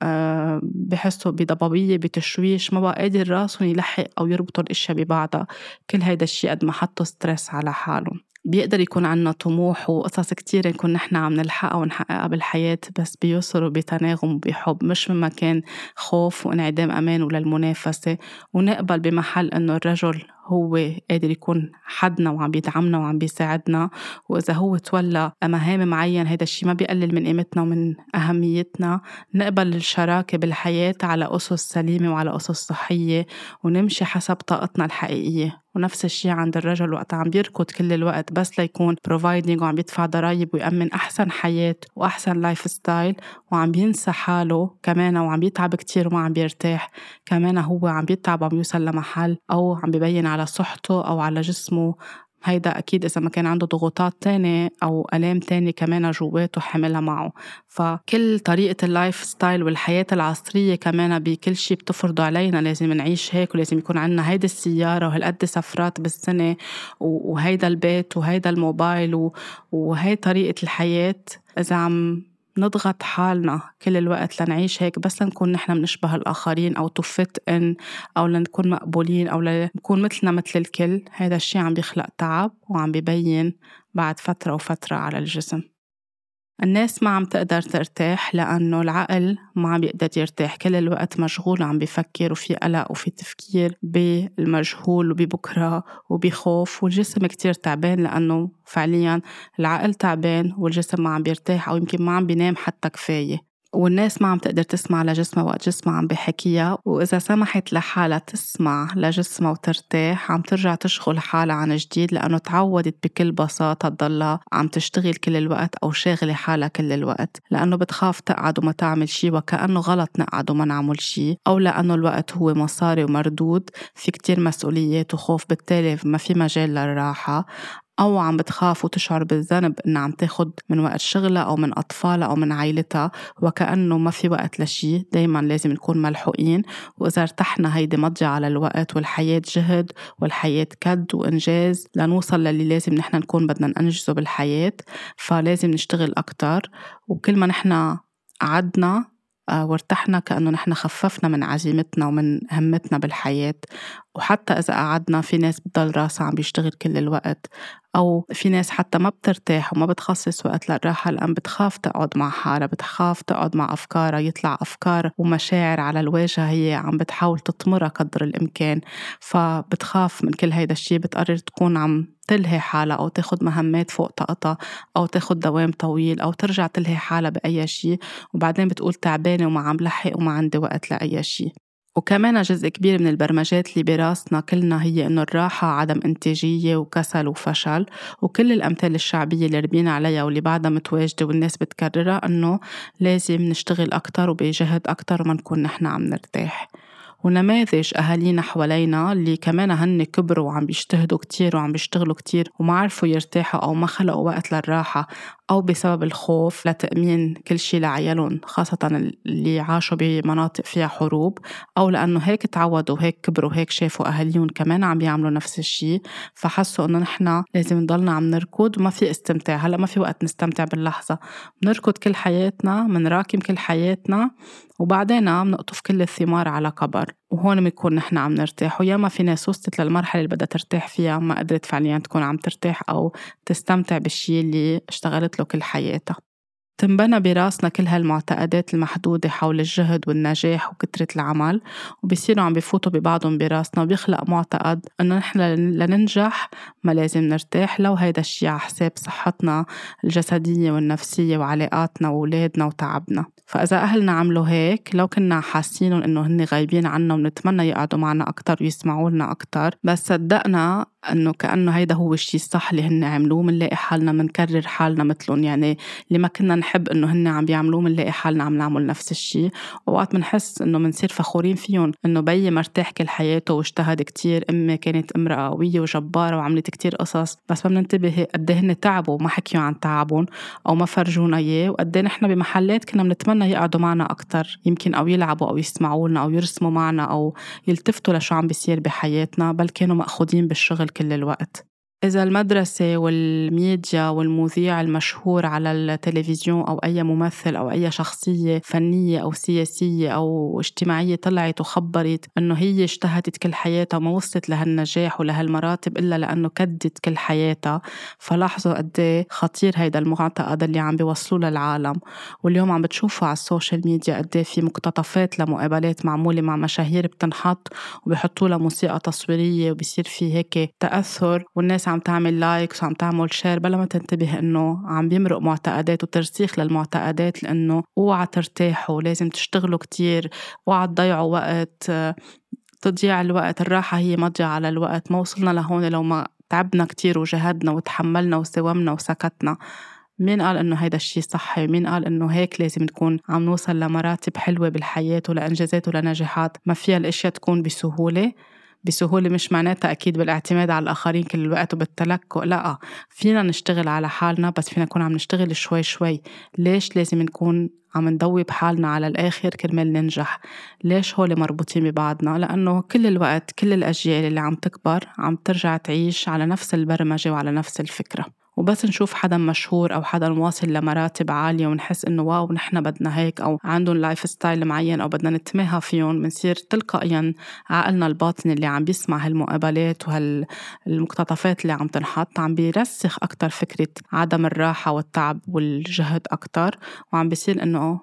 بحسوا بضبابية، بتشويش، ما بقى قادر راسهم يلحق أو يربطوا الأشياء ببعضها. كل هيدا الشي قد ما حطوا ستريس على حالهم. بيقدر يكون عنا طموح وقصص كتير نكون نحنا عم نلحقها ونحققها بالحياة، بس بيوصلوا بتناغم وبحب، مش من مكان خوف وانعدام أمان ولا المنافسة. ونقبل بمحل إنه الرجل هو قادر يكون حدنا وعم بيدعمنا وعم بيساعدنا، وإذا هو تولى مهام معين هيدا الشي ما بيقلل من قيمتنا ومن أهميتنا. نقبل الشراكة بالحياة على أسس سليمة وعلى أسس صحية، ونمشي حسب طاقتنا الحقيقية. ونفس الشي عند الرجل وقت عم بيركض كل الوقت بس ليكون providing وعم بيدفع ضرايب ويأمن أحسن حياة وأحسن لايف ستايل، وعم بينسى حاله كمان وعم بيتعب كتير وما عم بيرتاح كمان، هو عم بيتعب وعم يوصل لمحل أو عم بيبين على صحته أو على جسمه. هيدا أكيد إذا ما كان عنده ضغوطات تانية أو ألام تانية كمان جواته حملها معه. فكل طريقة اللايف ستايل والحياة العصرية كمان بكل شي بتفرض علينا لازم نعيش هيك، ولازم يكون عنا هيدا السيارة وهالقد سفرات بالسنة وهيدا البيت وهيدا الموبايل وهي طريقة الحياة. إذا عم نضغط حالنا كل الوقت لنعيش هيك بس لنكون نحنا منشبه الآخرين أو تفت إن أو لنكون مقبولين أو لنكون مثلنا مثل الكل، هيدا الشي عم بيخلق تعب وعم بيبين بعد فترة وفترة على الجسم. الناس ما عم تقدر ترتاح لأنه العقل ما عم بيقدر يرتاح، كل الوقت مشغول وعم بيفكر وفي قلق وفي تفكير بالمجهول وببكرة وبخوف، والجسم كتير تعبان لأنه فعليا العقل تعبان والجسم ما عم بيرتاح أو يمكن ما عم بينام حتى كفاية. والناس ما عم تقدر تسمع لجسمها وقت جسمها عم بحكيها، وإذا سمحت لحالها تسمع لجسمها وترتاح عم ترجع تشغل حالها عن جديد، لأنه تعودت بكل بساطة تضلها عم تشتغل كل الوقت أو شاغلة حالها كل الوقت، لأنه بتخاف تقعد وما تعمل شي وكأنه غلط نقعد وما نعمل شي، أو لأنه الوقت هو مصاري ومردود، في كتير مسؤوليات وخوف، بالتالي ما في مجال للراحة، أو عم بتخاف وتشعر بالذنب إنها عم تاخد من وقت شغلها أو من أطفالها أو من عائلتها وكأنه ما في وقت لشي. دايما لازم نكون ملحوقين، وإذا ارتحنا هيدي مضجع على الوقت، والحياة جهد والحياة كد وإنجاز لنوصل للي لازم نحنا نكون بدنا ننجزه بالحياة. فلازم نشتغل أكتر، وكل ما نحنا قعدنا وارتحنا كأنه نحن خففنا من عزيمتنا ومن همتنا بالحياة. وحتى إذا قعدنا في ناس بتضل راسها عم بيشتغل كل الوقت، أو في ناس حتى ما بترتاح وما بتخصص وقت للراحة لأن بتخاف تقعد مع حالها، بتخاف تقعد مع أفكارها، يطلع أفكار ومشاعر على الواجهة هي عم بتحاول تطمرها قدر الإمكان، فبتخاف من كل هيدا الشي، بتقرر تكون عم تلهي حالها أو تاخد مهمات فوق طاقتها أو تاخد دوام طويل أو ترجع تلهي حالها بأي شي، وبعدين بتقول تعبانة وما عم لحق وما عندي وقت لأي شي. وكمان جزء كبير من البرمجات اللي براسنا كلنا هي إنه الراحة عدم إنتاجية وكسل وفشل، وكل الأمثال الشعبية اللي ربينا عليها واللي بعدها متواجدة والناس بتكررها إنه لازم نشتغل أكتر وبجهد أكتر وما نكون نحنا عم نرتاح. ونماذج أهالينا حوالينا اللي كمان هن كبروا وعم بيجتهدوا كتير وعم بيشتغلوا كتير وما عرفوا يرتاحوا أو ما خلقوا وقت للراحة أو بسبب الخوف لتأمين كل شي لعيالهم، خاصة اللي عاشوا بمناطق فيها حروب، أو لأنه هيك تعودوا هيك كبروا هيك شافوا أهاليهم كمان عم بيعملوا نفس الشي، فحسوا إنه نحنا لازم نضلنا عم نركض وما في استمتاع. هلأ ما في وقت نستمتع باللحظة، بنركض كل حياتنا، منراكم كل حياتنا، وبعدين بنقطف كل الثمار على كبر، وهون بنكون نحن عم نرتاح. وياما في ناس وصلت للمرحلة اللي بدها ترتاح فيها ما قدرت فعليا تكون عم ترتاح أو تستمتع بالشي اللي اشتغلت له كل حياتها. تنبنى براسنا كل هالمعتقدات المحدودة حول الجهد والنجاح وكترة العمل، وبيصيروا عم بفوتوا ببعضهم براسنا، وبيخلق معتقد إنه نحن لننجح ما لازم نرتاح، لو هيدا الشي على حساب صحتنا الجسدية والنفسية وعلاقاتنا وولادنا وتعبنا. فإذا أهلنا عملوا هيك، لو كنا حاسينهم إنه هن غايبين عنا ونتمنى يقعدوا معنا أكتر ويسمعوا لنا أكتر، بس صدقنا إنه كأنه هيدا هو الشي الصح اللي هن عملوه، منلاقي حالنا منكرر حالنا مثلهم. يعني اللي ما كنا نحب إنه هن عم بيعملوه منلاقي حالنا عم نعمل نفس الشي، ووقت منحس إنه منصير فخورين فيهم إنه بيي مرتاح كل حياته واجتهد كتير، أمي كانت امرأة قوية وجبارة وعملت كتير قصص، بس ما بننتبه قد إيه هن تعبوا وما حكيوا عن تعبهم أو ما فرجونا إياه، وقد إيه نحن بمحلات كنا بنتمنى يقعدوا معنا أكتر يمكن، أو يلعبوا أو يسمعوا لنا أو يرسموا معنا أو يلتفتوا لشو عم بيصير بحياتنا، بل كانوا مأخوذين بالشغل كل الوقت. إذا المدرسة والميديا والمذيع المشهور على التلفزيون أو أي ممثل أو أي شخصية فنية أو سياسية أو اجتماعية طلعت وخبرت أنه هي اجتهدت كل حياتها وما وصلت لهالنجاح ولهالمراتب إلا لأنه كدت كل حياتها، فلاحظوا قد ايه خطير هيدا المعتقد اللي عم بيوصلوه للعالم. واليوم عم بتشوفوا على السوشيال ميديا قد ايه في مقتطفات لمقابلات معمولة مع مشاهير بتنحط وبيحطوا لها موسيقى تصويرية وبيصير في هيك تأثر، والناس عم تعمل لايكس وعم تعمل شير بلا ما تنتبه انه عم بيمرق معتقدات وترسيخ للمعتقدات، لانه اوعى ترتاحوا، لازم تشتغلوا كتير، اوعى تضيعوا وقت، تضيع الوقت، الراحة هي مضيعة على الوقت، ما وصلنا لهون لو ما تعبنا كتير وجهدنا وتحملنا وساومنا وسكتنا. مين قال إنه هيدا الشي صحي؟ مين قال إنه هيك لازم نكون عم نوصل لمراتب حلوة بالحياة ولإنجازات ولنجاحات؟ ما فيها الأشياء تكون بسهولة. بسهولة مش معناتها أكيد بالاعتماد على الآخرين كل الوقت وبالتلكؤ، لا، فينا نشتغل على حالنا، بس فينا نكون عم نشتغل شوي شوي. ليش لازم نكون عم ندوب حالنا على الآخر كرمال ننجح؟ ليش هول مربوطين ببعضنا؟ لأنه كل الوقت كل الأجيال اللي عم تكبر عم ترجع تعيش على نفس البرمجة وعلى نفس الفكرة، وبس نشوف حدا مشهور أو حدا واصل لمراتب عالية ونحس إنه واو نحنا بدنا هيك، أو عندهم لايف ستايل معين أو بدنا نتماهى فيهم، منصير تلقائيا عقلنا الباطني اللي عم بيسمع هالمقابلات وهالمقتطفات اللي عم تنحط عم بيرسخ أكتر فكرة عدم الراحة والتعب والجهد أكتر، وعم بيصير إنه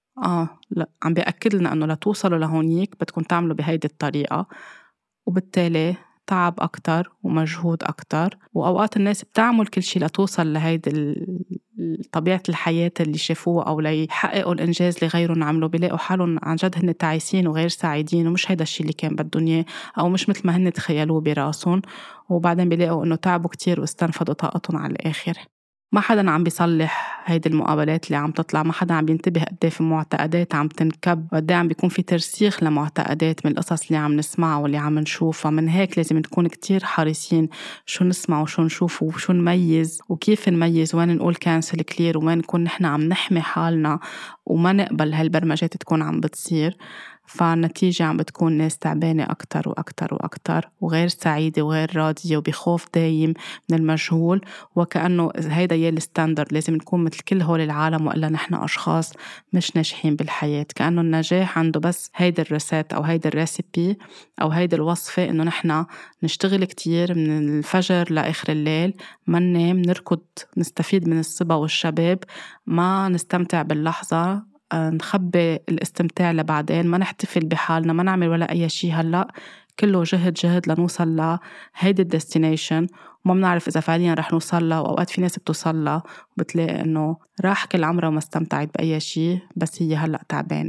لا، عم بيأكد لنا إنه لتوصلوا لهونيك بدكم تعملوا بهيدي الطريقة، وبالتالي تعب أكتر ومجهود أكتر. وأوقات الناس بتعمل كل شي لتوصل لهيدي طبيعة الحياة اللي شافوها أو ليحققوا الإنجاز اللي غيرهم عملوا، بيلاقوا حالهم عن جد هن تعيسين وغير سعيدين ومش هيدا الشي اللي كان بدهم إياه أو مش مثل ما هن تخيلوه براسهم، وبعدين بيلاقوا إنه تعبوا كتير واستنفدوا طاقتهم على الآخر. ما حدا عم بيصلح هيدي المقابلات اللي عم تطلع، ما حدا عم بينتبه قد في معتقدات عم تنكب وقد عم بيكون في ترسيخ لمعتقدات من القصص اللي عم نسمعها واللي عم نشوفها. من هيك لازم نكون كتير حريصين شو نسمع وشو نشوف وشو نميز وكيف نميز، وين نقول كانسل كلير وين نكون نحن عم نحمي حالنا وما نقبل هالبرمجات تكون عم بتصير. فالنتيجة عم بتكون ناس تعبانة أكتر وأكتر وأكتر وغير سعيدة وغير راضية وبخوف دايم من المجهول، وكأنه هيدا يلي الستاندرد لازم نكون مثل كل هول العالم وإلا نحن أشخاص مش ناجحين بالحياة. كأنه النجاح عنده بس هيدا الريسيت أو هيدا الريسيبي أو هيدا الوصفة، إنه نحن نشتغل كتير من الفجر لآخر الليل، ما ننام، نركض، نستفيد من الصبا والشباب، ما نستمتع باللحظة، نخبي الاستمتاع لبعدين، ما نحتفل بحالنا، ما نعمل ولا أي شيء هلأ، كله جهد جهد لنوصل لهيدي الديستنيشن وما بنعرف إذا فعليا رح نوصل له. وأوقات في ناس بتوصل له وبتلاقي إنه راح كل عمره وما استمتعت بأي شيء، بس هي هلأ تعبانة.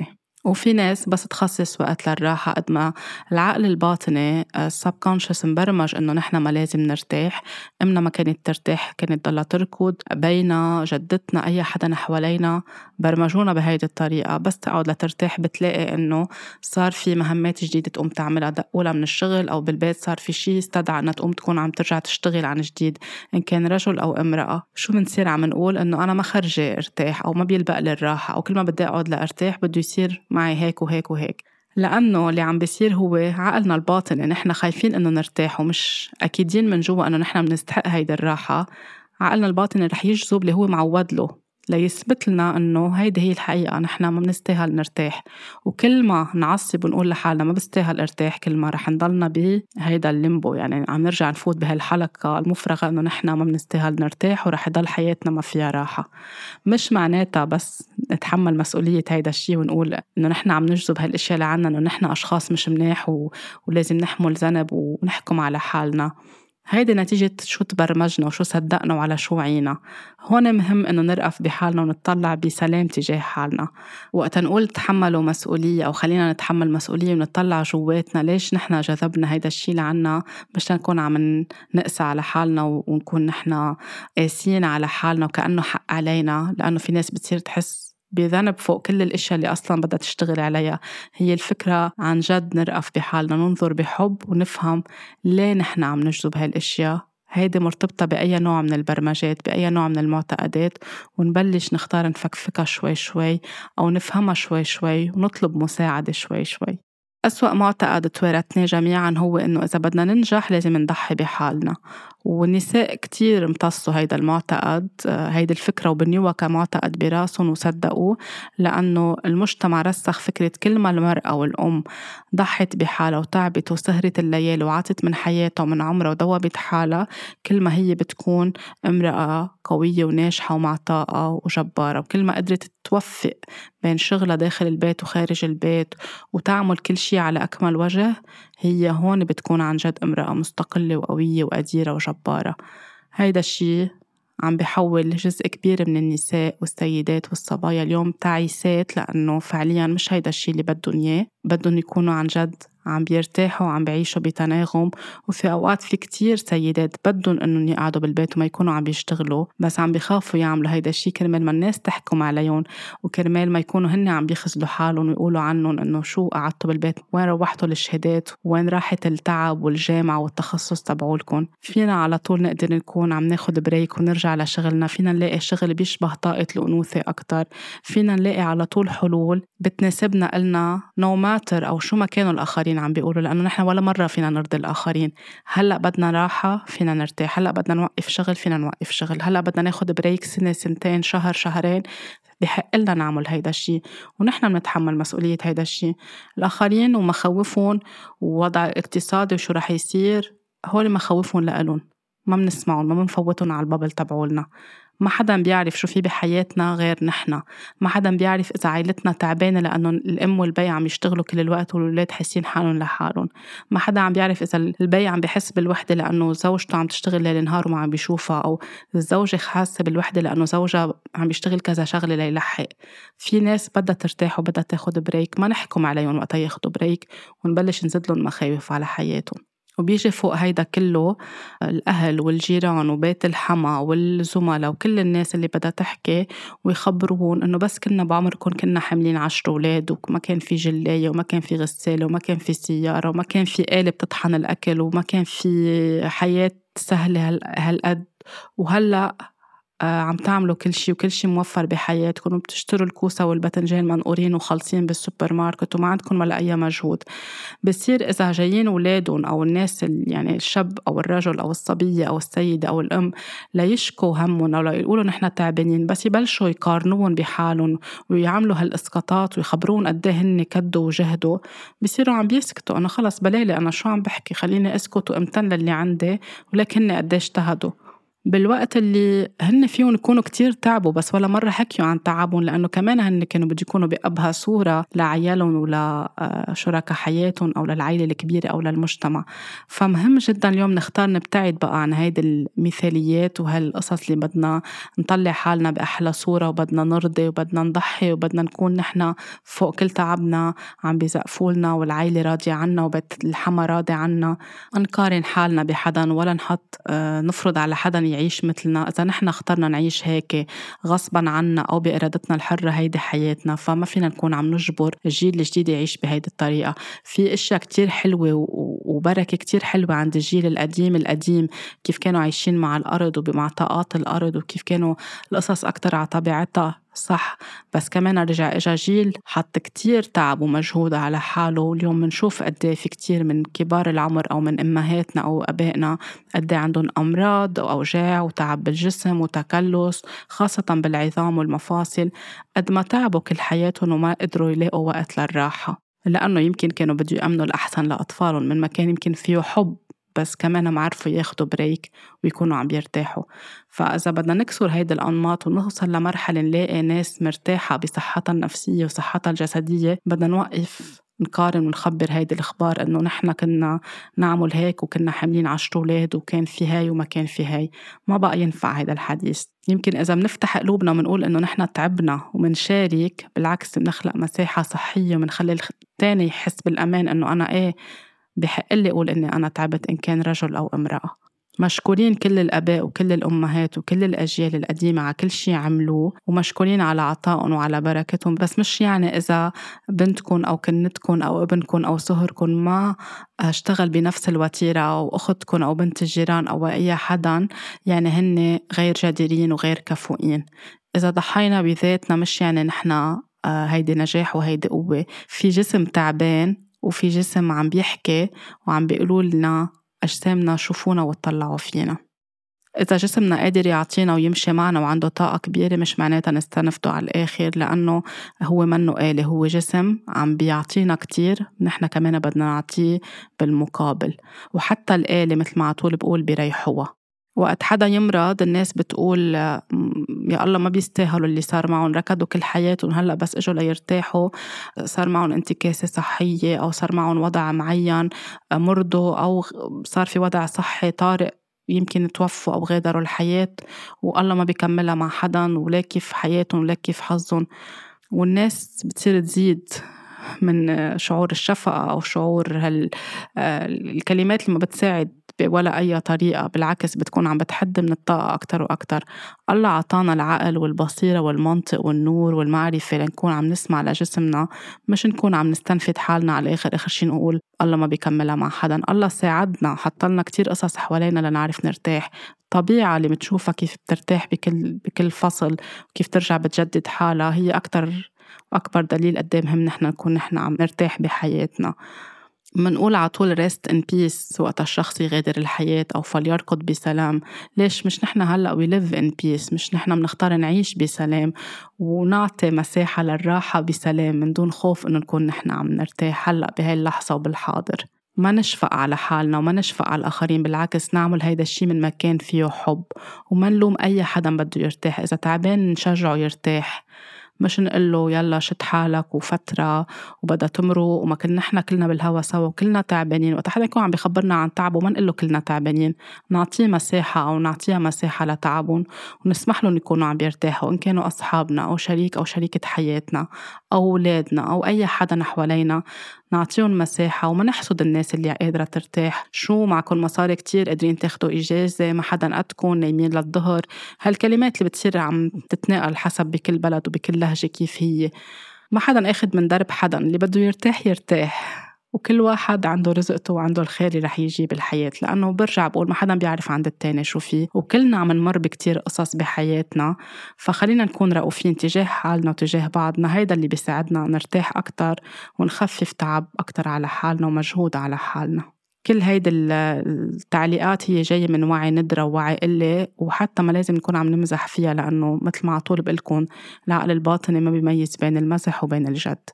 وفي ناس بس تخصص وقت للراحة. قد ما العقل الباطني subconscious مبرمج إنه نحن ما لازم نرتاح. إمنا ما كانت ترتاح، كانت ضلها تركض. بينا جدتنا أي حدا حوالينا برمجونا بهيدي الطريقة، بس تقعد لترتاح بتلاقي إنه صار في مهمات جديدة تقوم تعملها، دقولها من الشغل أو بالبيت صار في شي استدعى إنها تقوم تكون عم ترجع تشتغل عن جديد، إن كان رجل أو امرأة. شو منصير عم نقول؟ إنه أنا ما خرجة ارتاح أو ما بيلبق لي الراحة، أو كل ما بدي أقعد لأرتاح بده يصير معي هيك وهيك وهيك. لأنه اللي عم بيصير هو عقلنا الباطني نحن خايفين إنه نرتاح ومش أكيدين من جوا إنه نحن بنستحق هيدا الراحة. عقلنا الباطني رح يجذب اللي هو معود له ليثبت لنا إنه هيدي هي الحقيقة، نحن ما بنستاهل نرتاح. وكل ما نعصب ونقول لحالنا ما بستاهل ارتاح، كل ما رح نضلنا بهيدا الليمبو، يعني عم نرجع نفوت بهالحلقة المفرغة إنه نحن ما بنستاهل نرتاح ورح يضل حياتنا ما فيها راحة. مش معناتها بس نتحمل مسؤولية هيدا الشي ونقول إنه نحن عم نجذب هالاشياء لعنا، إنه نحن أشخاص مش مناح ولازم نحمل ذنب ونحكم على حالنا. هيدي نتيجة شو تبرمجنا وشو صدقنا وعلى شو وعينا. هون مهم إنه نرأف بحالنا ونطلع بسلام تجاه حالنا. وقت نقول تحملوا مسؤولية أو خلينا نتحمل مسؤولية ونطلع جواتنا ليش نحن جذبنا هيدا الشي لعنا، مش نكون عم نقسى على حالنا ونكون نحن قاسيين على حالنا وكأنه حق علينا. لأنه في ناس بتصير تحس بذنب فوق كل الاشياء اللي اصلا بدها تشتغل عليها. هي الفكرة عن جد نرأف بحالنا، ننظر بحب ونفهم ليه نحن عم نجذب هالاشياء. هيدي مرتبطة بأي نوع من البرمجات، بأي نوع من المعتقدات، ونبلش نختار نفكفكها شوي شوي أو نفهمها شوي شوي ونطلب مساعدة شوي شوي. أسوأ معتقد توارثناه جميعاً هو إنه إذا بدنا ننجح لازم نضحي بحالنا. والنساء كتير امتصوا هيدا المعتقد، هيدا الفكرة وبنيوها كمعتقد براسهم وصدقوه، لأنه المجتمع رسخ فكرة كل ما المرأة والأم ضحت بحالها وتعبت وسهرت الليالي وعطت من حياتها ومن عمرها ودوبت حالها، كل ما هي بتكون امرأة قوية وناجحة ومعطاءة وجبارة. وكل ما قدرت توفق بين شغلها داخل البيت وخارج البيت وتعمل كل شي على أكمل وجه، هي هون بتكون عن جد امرأة مستقلة وقوية وقديرة وجبارة. هيدا الشي عم بيحول جزء كبير من النساء والسيدات والصبايا اليوم تعيسات، لأنه فعليا مش هيدا الشي اللي بدهم إياه. بدهم يكونوا عن جد عم بيرتاحوا وعم بيعيشوا بتناغم. وفي أوقات في كتير سيدات بدهم إنهم يقعدوا بالبيت وما يكونوا عم بيشتغلوا، بس عم بيخافوا يعملوا هيدا الشي كرمال ما الناس تحكم عليهم، وكرمال ما يكونوا هن عم بيخزلوا حالهم ويقولوا عنهم إنه شو قعدتوا بالبيت، وين روحتوا الشهادات، وين راحت التعب والجامعة والتخصص تبعولكم. فينا على طول نقدر نكون عم ناخد بريك ونرجع لشغلنا، فينا نلاقي شغل بيشبه طاقة الأنوثة أكتر، فينا نلاقي على طول حلول بتناسبنا إلنا no matter أو شو ما كانوا الآخرين عم بيقولوا. لأنه نحن ولا مرة فينا نرضي الآخرين. هلأ بدنا راحة فينا نرتاح، هلأ بدنا نوقف شغل فينا نوقف شغل، هلأ بدنا ناخد بريك سنة سنتين شهر شهرين، بحق لنا نعمل هيدا الشي ونحن بنتحمل مسؤولية هيدا الشي. الآخرين ومخوفون ووضع اقتصادي وشو رح يصير، هول مخوفون لألون، ما بنسمعون، ما بنفوتون على البابل تبعولنا. ما حدا بيعرف شو في بحياتنا غير نحنا. ما حدا بيعرف إذا عائلتنا تعبانة لأنه الأم والبي عم يشتغلوا كل الوقت والولاد حاسين حالهم لحالهم. ما حدا عم بيعرف إذا البي عم بيحس بالوحدة لأنه زوجته عم تشتغل ليل نهار وما عم بيشوفها، أو الزوجة حاسة بالوحدة لأنه زوجها عم بيشتغل كذا شغلة ليلحق. في ناس بدها ترتاح وبدها تاخد بريك، ما نحكم عليهم وقتها ياخدوا بريك ونبلش نزيد لهم مخاوف على حياتهم. وبيجي فوق هيدا كله الأهل والجيران وبيت الحما والزملاء وكل الناس اللي بدها تحكي ويخبروهم إنه بس كنا بعمركم كنا حاملين 10 أولاد وما كان في جلاية وما كان في غسالة وما كان في سيارة وما كان في آلة بتطحن الأكل وما كان في حياة سهلة هالقد. وهلأ عم تعملوا كل شي وكل شي موفر بحياتكم وبتشتروا الكوسة والباذنجان منقورين وخالصين بالسوبر ماركت وما عندكم ولا أي مجهود. بصير إذا جايين أولادهم أو الناس يعني الشاب أو الرجل أو الصبية أو السيدة أو الأم لا يشكوا همهم أو لا يقولوا نحن تعبانين، بس يبلشوا يقارنون بحالهم ويعملوا هالإسقاطات ويخبرون قد ايه هن كدوا وجهدوا، بصيروا عم بيسكتوا. أنا خلص بلالي أنا شو عم بحكي، خليني أسكت وأمتن للي عندي ولكن قد ايش اجتهدوا. بالوقت اللي هن فيهم يكونوا كتير تعبوا بس ولا مرة حكيوا عن تعبهم، لأنه كمان هن كانوا بده يكونوا بأبهى صورة لعيالهم ولا شركاء حياتهم أو للعائلة الكبيرة أو للمجتمع. فمهم جدا اليوم نختار نبتعد بقى عن هيدي المثاليات وهالقصص اللي بدنا نطلع حالنا بأحلى صورة وبدنا نرضي وبدنا نضحي وبدنا نكون نحنا فوق كل تعبنا عم بيزقفولنا والعائلة راضية عنا وبيت الحما راضي عنا. نقارن حالنا بحدا ولا نحط نفرض على حدا يعيش مثلنا. إذا نحن اخترنا نعيش هيك غصبا عنا أو بإرادتنا الحرة هيدي حياتنا، فما فينا نكون عم نجبر الجيل الجديد يعيش بهيدي الطريقة. في اشياء كتير حلوة وبركة كتير حلوة عند الجيل القديم كيف كانوا عايشين مع الأرض ومع طاقات الأرض وكيف كانوا القصص أكتر على طبيعتها صح. بس كمان رجع إجا جيل حط كتير تعب ومجهود على حاله. واليوم منشوف قد في كتير من كبار العمر أو من أمهاتنا أو أبائنا قد عندهم أمراض وأوجاع وتعب بالجسم وتكلس خاصة بالعظام والمفاصل، قد ما تعبوا كل حياتهم وما قدروا يلاقوا وقت للراحة، لأنه يمكن كانوا بده يأمنوا الأحسن لأطفالهم من مكان يمكن فيه حب بس كمان ما عرفوا ياخدوا بريك ويكونوا عم بيرتاحوا. فإذا بدنا نكسر هيدا الأنماط ونوصل لمرحلة نلاقي ناس مرتاحة بصحتها النفسية وصحتها الجسدية، بدنا نوقف نقارن ونخبر هيدي الأخبار إنه نحنا كنا نعمل هيك وكنا حاملين 10 أولاد وكان في هاي وما كان في هاي. ما بقى ينفع هيدا الحديث. يمكن إذا منفتح قلوبنا ومنقول إنه نحنا تعبنا ومنشارك، بالعكس بنخلق مساحة صحية ومنخلي التاني يحس بالأمان إنه أنا إيه بحق لي أقول إني أنا تعبت إن كان رجل أو امرأة. مشكورين كل الآباء وكل الأمهات وكل الأجيال القديمة على كل شي عملوه، ومشكورين على عطائهم وعلى بركتهم. بس مش يعني إذا بنتكم أو كنتكم أو ابنكم أو صهركم ما اشتغل بنفس الوتيرة أو أختكم أو بنت الجيران أو أي حدا يعني هن غير جديرين وغير كفؤين. إذا ضحينا بذاتنا مش يعني نحنا هيدي نجاح وهيدي قوة. في جسم تعبان وفي جسم عم بيحكي وعم بيقولوا لنا أجسامنا شوفونا وتطلعوا فينا. إذا جسمنا قادر يعطينا ويمشي معنا وعنده طاقة كبيرة مش معناتها نستنفده على الآخر، لأنه هو منه آلة، هو جسم عم بيعطينا كتير، نحنا كمان بدنا نعطيه بالمقابل. وحتى الآلة مثل ما عطول بقول بيريحوها. وقت حدا يمرض الناس بتقول يا الله ما بيستاهلوا اللي صار معهم، ركضوا كل حياتهم هلأ بس اجوا ليرتاحوا صار معهم انتكاسة صحية أو صار معهم وضع معين مرضوا أو صار في وضع صحي طارئ يمكن توفوا أو غادروا الحياة والله ما بيكملها مع حدا ولا كيف حياتهم ولا كيف حظهم. والناس بتصير تزيد من شعور الشفقة أو شعور الكلمات اللي ما بتساعد ولا أي طريقة، بالعكس بتكون عم بتحد من الطاقة أكتر وأكتر. الله عطانا العقل والبصيرة والمنطق والنور والمعرفة لنكون عم نسمع لجسمنا، مش نكون عم نستنفد حالنا على آخر شي نقول الله ما بيكملها مع حدا. الله ساعدنا حطلنا كتير قصص حوالينا لنعرف نرتاح. طبيعة اللي بتشوفها كيف بترتاح بكل فصل وكيف ترجع بتجدد حالها هي أكبر دليل قد مهم نحن نكون نحن عم نرتاح بحياتنا. منقول على طول rest in peace وقت الشخص يغادر الحياة أو فليرقد بسلام. ليش مش نحن هلأ we live in peace؟ مش نحن منختار نعيش بسلام ونعطي مساحة للراحة بسلام من دون خوف إنه نكون نحن عم نرتاح هلأ بهاي اللحظة وبالحاضر. ما نشفق على حالنا وما نشفق على الآخرين، بالعكس نعمل هيدا الشي من مكان فيه حب وما نلوم أي حدا بده يرتاح. إذا تعبان نشجعه يرتاح، مش نقله يلا شد حالك وفترة وبدأ تمرق وما كنا نحن كلنا بالهوا سوا وكلنا تعبانين. وقت حدا يكون عم بيخبرنا عن تعبه ما نقله كلنا تعبانين، نعطيه مساحة أو نعطيها مساحة لتعبهم ونسمح لهم يكونوا عم بيرتاحوا، إن كانوا أصحابنا أو شريك أو شريكة حياتنا أو أولادنا أو أي حدا حوالينا نعطيهم مساحة. وما نحسد الناس اللي قادرة ترتاح. شو معكم مصاري كتير قادرين تاخدوا إجازة، ما حدا قدكم نايمين للظهر، هالكلمات اللي بتصير عم تتنقل حسب بكل بلد وبكل لهجة كيف هي. ما حدا أخد من درب حدا، اللي بده يرتاح يرتاح وكل واحد عنده رزقته وعنده الخير اللي رح يجي بالحياة. لأنه برجع بقول ما حدا بيعرف عند التاني شو فيه وكلنا عم نمر بكتير قصص بحياتنا. فخلينا نكون رؤوفين تجاه حالنا وتجاه بعضنا، هيدا اللي بيساعدنا نرتاح أكتر ونخفف تعب أكتر على حالنا ومجهود على حالنا. كل هيدا التعليقات هي جاية من وعي ندرة ووعي قلة، وحتى ما لازم نكون عم نمزح فيها لأنه مثل ما عطول بقلكن العقل الباطني ما بيميز بين المزح وبين الجد.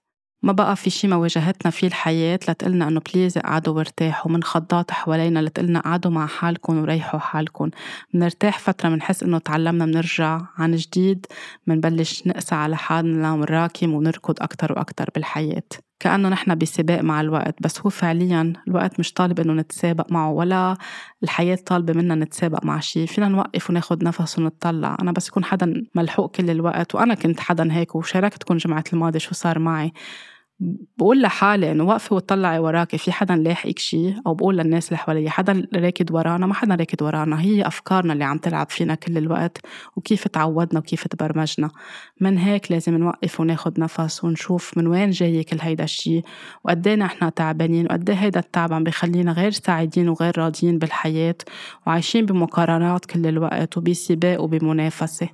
ما بقى في شي ما واجهتنا فيه الحياة لتقلنا إنه بليز قعدوا وارتاحوا، من خضات حوالينا لتقلنا قعدوا مع حالكم وريحوا حالكم. منرتاح فترة منحس إنه تعلمنا منرجع عن جديد، منبلش نقسى على حالنا ونراكم ونركض أكتر وأكتر بالحياة كأنه نحن بسباق مع الوقت. بس هو فعليا الوقت مش طالب إنه نتسابق معه، ولا الحياة طالبة منا نتسابق مع شي. فينا نوقف وناخد نفس ونطلع. أنا بس يكون حدا ملحوق كل الوقت، وأنا كنت حدا هيك وشاركتكم جمعة الماضي شو صار معي، بقول لحالي إنه وقفي وطلعي وراكي في حدا لاحقك شي، أو بقول للناس اللي حوالي حدا راكد ورانا، ما حدا راكد ورانا. هي أفكارنا اللي عم تلعب فينا كل الوقت، وكيف تعودنا وكيف تبرمجنا. من هيك لازم نوقف وناخد نفس ونشوف من وين جاي كل هيدا الشي، وقدينا إحنا تعبانين، وقديه هيدا التعب عم بيخلينا غير سعيدين وغير راضيين بالحياة، وعايشين بمقارنات كل الوقت وبسباق وبمنافسة.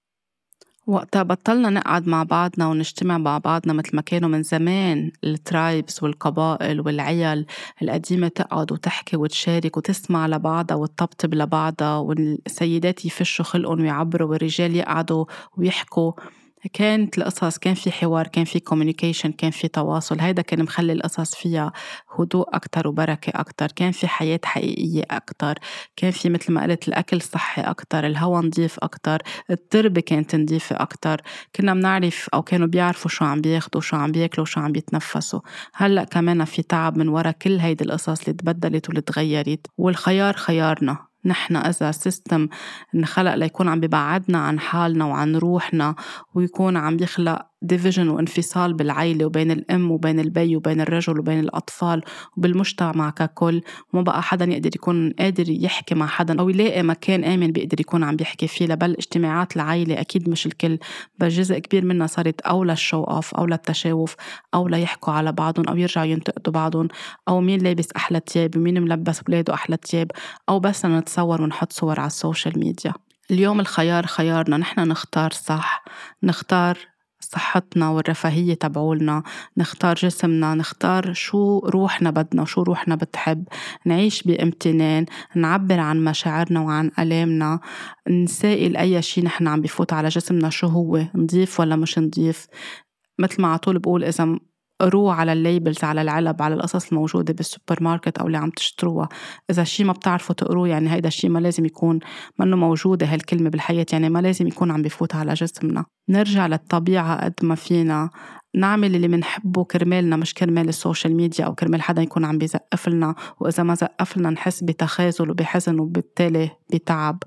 وقتها بطلنا نقعد مع بعضنا ونجتمع مع بعضنا مثل ما كانوا من زمان الترايبس والقبائل والعيال القديمة، تقعد وتحكي وتشارك وتسمع لبعضها وتطبطب لبعضها، والسيدات يفشوا خلقهم ويعبروا والرجال يقعدوا ويحكوا. كانت القصص، كان في حوار، كان في communication، كان في تواصل. هيدا كان مخلي القصص فيها هدوء أكتر وبركة أكتر. كان في حياة حقيقية أكتر، كان في مثل ما قلت الأكل صحي أكتر، الهواء نظيف أكتر، التربة كانت نظيفة أكتر. كنا بنعرف أو كانوا بيعرفوا شو عم بياخدوا، شو عم بياكلوا، شو عم بيتنفسوا. هلأ كمان في تعب من وراء كل هيدي القصص اللي تبدلت واللي تغيرت. والخيار خيارنا نحن إذا سيستم انخلق ليكون عم ببعدنا عن حالنا وعن روحنا، ويكون عم بيخلق ديفيجن وانفصال بالعيلة وبين الأم وبين البي وبين الرجل وبين الأطفال وبالمجتمع ككل. وما بقى حدا يقدر يكون قادر يحكي مع حدا أو يلاقي مكان آمن بيقدر يكون عم بيحكي فيه. بل اجتماعات العيلة أكيد مش الكل، بس جزء كبير منها صارت أو للشو أوف أو للتشاوف أو ليحكوا على بعضهم أو يرجعوا ينتقدوا بعضهم، أو مين لابس أحلى تياب ومين ملبس ولاده أحلى تياب، أو بس نتصور ونحط صور على السوشيال ميديا. اليوم الخيار خيارنا، نحن نختار صح، نختار صحتنا والرفاهية تبعولنا، نختار جسمنا، نختار شو روحنا بدنا وشو روحنا بتحب، نعيش بامتنان، نعبر عن مشاعرنا وعن ألامنا، نسائل أي شي نحن عم بفوت على جسمنا شو هو نضيف ولا مش نضيف. مثل ما عطول بقول، إذا قروا على الليبلز، على العلب، على القصص الموجودة بالسوبر ماركت أو اللي عم تشتروها، إذا شي ما بتعرفوا تقروه يعني هيدا الشي ما لازم يكون منه موجودة هالكلمة بالحياة، يعني ما لازم يكون عم بفوت على جسمنا. نرجع للطبيعة قد ما فينا، نعمل اللي منحبه كرمالنا مش كرمال السوشيال ميديا أو كرمال حدا يكون عم بيزقف لنا، وإذا ما زقف لنا نحس بتخاذل وبحزن وبالتالي بتعب.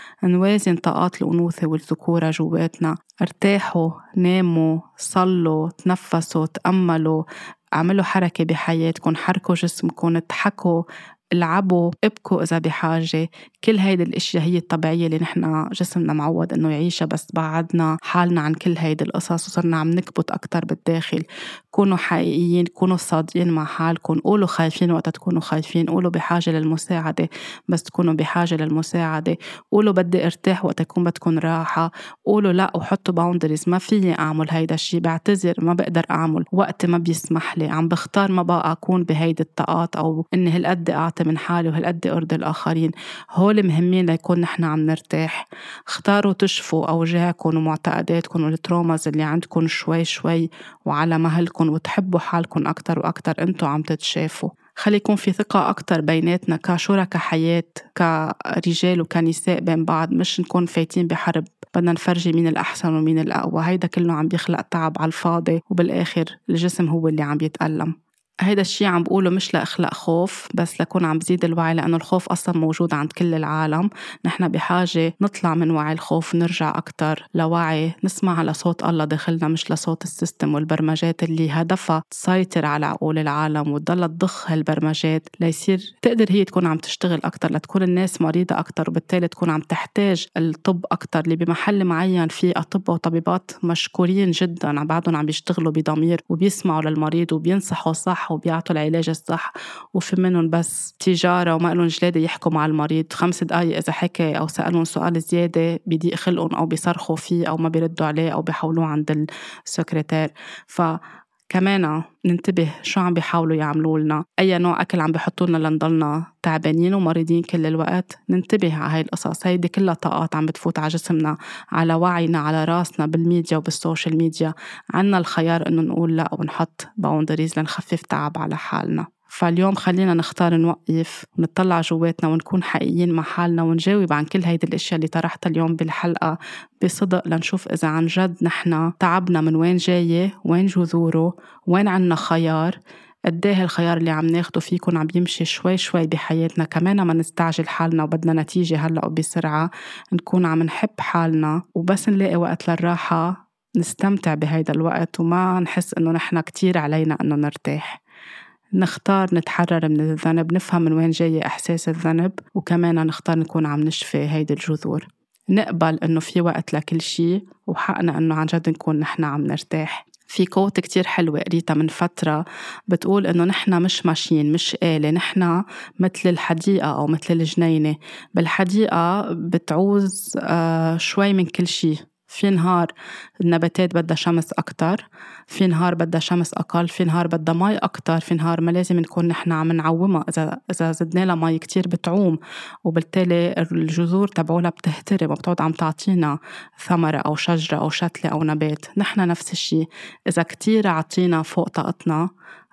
نوازن طاقات الأنوثة والذكورة جواتنا. ارتاحوا، ناموا، صلوا، تنفسوا، تأملوا، اعملوا حركة بحياتكم، حركوا جسمكم، اضحكوا، العبوا، ابكوا إذا بحاجة. كل هيدي الاشياء هي الطبيعية اللي نحن جسمنا معود انه يعيشها، بس بعدنا حالنا عن كل هيدي القصص وصرنا عم نكبت اكتر بالداخل. كونوا حقيقيين، كونوا صادقين مع حالكم، قولوا خايفين وقت تكونوا خايفين، قولوا بحاجة للمساعدة بس تكونوا بحاجة للمساعدة، قولوا بدي ارتاح وقت يكون بدكم راحة، قولوا لا وحطوا باوندريز، ما فيني اعمل هيدا الشي، بعتذر ما بقدر اعمل، وقت ما بيسمح لي، عم بختار ما بقى اكون بهيدي الطاقات، او اني هالقد اعطي من حالي وهالقد ارضي الاخرين. هول مهمين ليكون نحن عم نرتاح. اختاروا تشفوا اوجاعكم ومعتقداتكم والتروماز اللي عندكم شوي شوي وعلى مهلكم، وتحبوا حالكم اكتر واكتر انتوا عم تتشافوا. خلي يكون في ثقة أكتر بيناتنا كشركة حياة، كرجال وكنساء بين بعض، مش نكون فايتين بحرب بدنا نفرجي مين الأحسن ومين الأقوى. هيدا كله عم بيخلق تعب على الفاضي، وبالآخر الجسم هو اللي عم بيتألم. هيدا الشي عم بقوله مش لأخلق خوف، بس لكون عم بزيد الوعي، لأنه الخوف أصلا موجود عند كل العالم. نحن بحاجة نطلع من وعي الخوف، نرجع أكتر لوعي، نسمع على صوت الله داخلنا مش لصوت السيستم والبرمجات اللي هدفها تسيطر على عقول العالم وتضل تضخ هالبرمجات ليصير تقدر هي تكون عم تشتغل أكتر، لتكون الناس مريضة أكتر، وبالتالي تكون عم تحتاج الطب أكتر. اللي بمحل معين فيه أطباء وطبيبات مشكورين جدا بعدهم عم بيشتغلوا بضمير وبيسمعوا للمريض وبينصحوا صح وبيعطوا العلاج الصح، وفي منهم بس تجارة وما لهم جلادة يحكوا مع المريض 5 دقايق إذا حكى أو سألهم سؤال زيادة بيضيق خلقهم أو بيصرخوا فيه أو ما بيردوا عليه أو بيحولوه عند السكرتير. كمان ننتبه شو عم بيحاولوا يعملوا لنا، أي نوع أكل عم بيحطوا لنا لنضلنا تعبانين ومريضين كل الوقت. ننتبه على هاي القصص، هيدي كلها طاقات عم بتفوت على جسمنا، على وعينا، على راسنا بالميديا وبالسوشيال ميديا. عنا الخيار إنه نقول لا ونحط باوندريز لنخفف تعب على حالنا. فاليوم خلينا نختار نوقف ونطلع جواتنا ونكون حقيقيين مع حالنا ونجاوب عن كل هيدي الاشياء اللي طرحتها اليوم بالحلقة بصدق، لنشوف إذا عن جد نحنا تعبنا من وين جاي، وين جذوره، وين عنا خيار، قديه الخيار اللي عم ناخده فيكن عم يمشي شوي شوي بحياتنا. كمان ما نستعجل حالنا وبدنا نتيجة هلأ وبسرعة، نكون عم نحب حالنا وبس نلاقي وقت للراحة نستمتع بهيدا الوقت وما نحس إنه نحنا كتير علينا إنه نرتاح. نختار نتحرر من الذنب، نفهم من وين جاي إحساس الذنب، وكمان نختار نكون عم نشفي هيدي الجذور. نقبل إنه في وقت لكل شي، وحقنا إنه عن جد نكون نحنا عم نرتاح. في كوت كتير حلوة قريتها من فترة بتقول إنه نحنا مش ماشيين، مش آلة، نحنا مثل الحديقة أو مثل الجنينة. بالحديقة بتعوز شوي من كل شي. في نهار النباتات بدها شمس أكتر، في نهار بدها شمس أقل، في نهار بدها مي أكتر، في نهار ما لازم نكون نحنا عم نعومها، إذا زدنا لها مي كتير بتعوم، وبالتالي الجذور تبعولها بتهترم وبتعود عم تعطينا ثمرة أو شجرة أو شتلة أو نبات. نحنا نفس الشي، إذا كتير عطينا فوق طاقتنا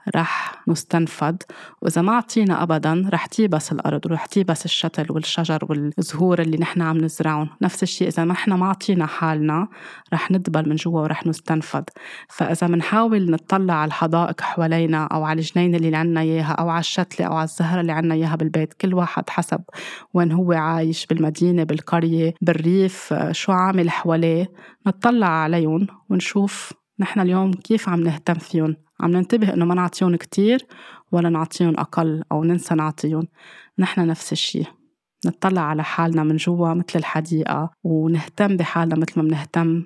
رح نستنفد، وإذا ما عطينا أبداً رح تيبس الأرض ورح تيبس الشتل والشجر والزهور اللي نحن عم نزرعون. نفس الشيء إذا ما إحنا ما عطينا حالنا رح ندبل من جوا ورح نستنفد. فإذا منحاول نطلع على الحدائق حوالينا أو على الجنين اللي عنا إياها أو على الشتلة أو على الزهرة اللي عنا إياها بالبيت، كل واحد حسب وين هو عايش، بالمدينة، بالقرية، بالريف، شو عامل حواليه، نطلع عليهم ونشوف نحن اليوم كيف عم نهتم فيهم. عم ننتبه إنه ما نعطيهم كتير ولا نعطيهم أقل أو ننسى نعطيهم. نحن نفس الشي، نطلع على حالنا من جوا مثل الحديقة ونهتم بحالنا مثل ما بنهتم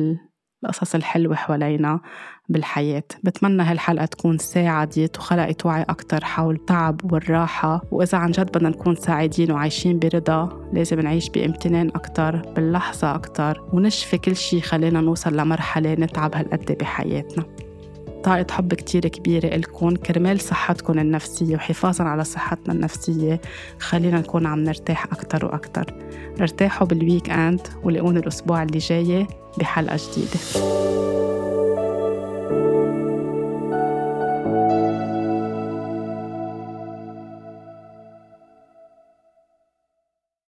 بالقصص الحلوة حوالينا بالحياة. بتمنى هالحلقة تكون ساعدت وخلقت وعي أكتر حول التعب والراحة، وإذا عن جد بدنا نكون سعيدين وعايشين برضا لازم نعيش بامتنان أكتر، باللحظة أكتر، ونشفي كل شي خلينا نوصل لمرحلة نتعب هالقد بحياتنا. طاقة حب كتير كبيرة إلكن كرمال صحتكن النفسية وحفاظاً على صحتنا النفسية. خلينا نكون عم نرتاح أكتر وأكتر. ارتاحوا بالويك أند ولقون الأسبوع اللي جاي بحلقة جديدة.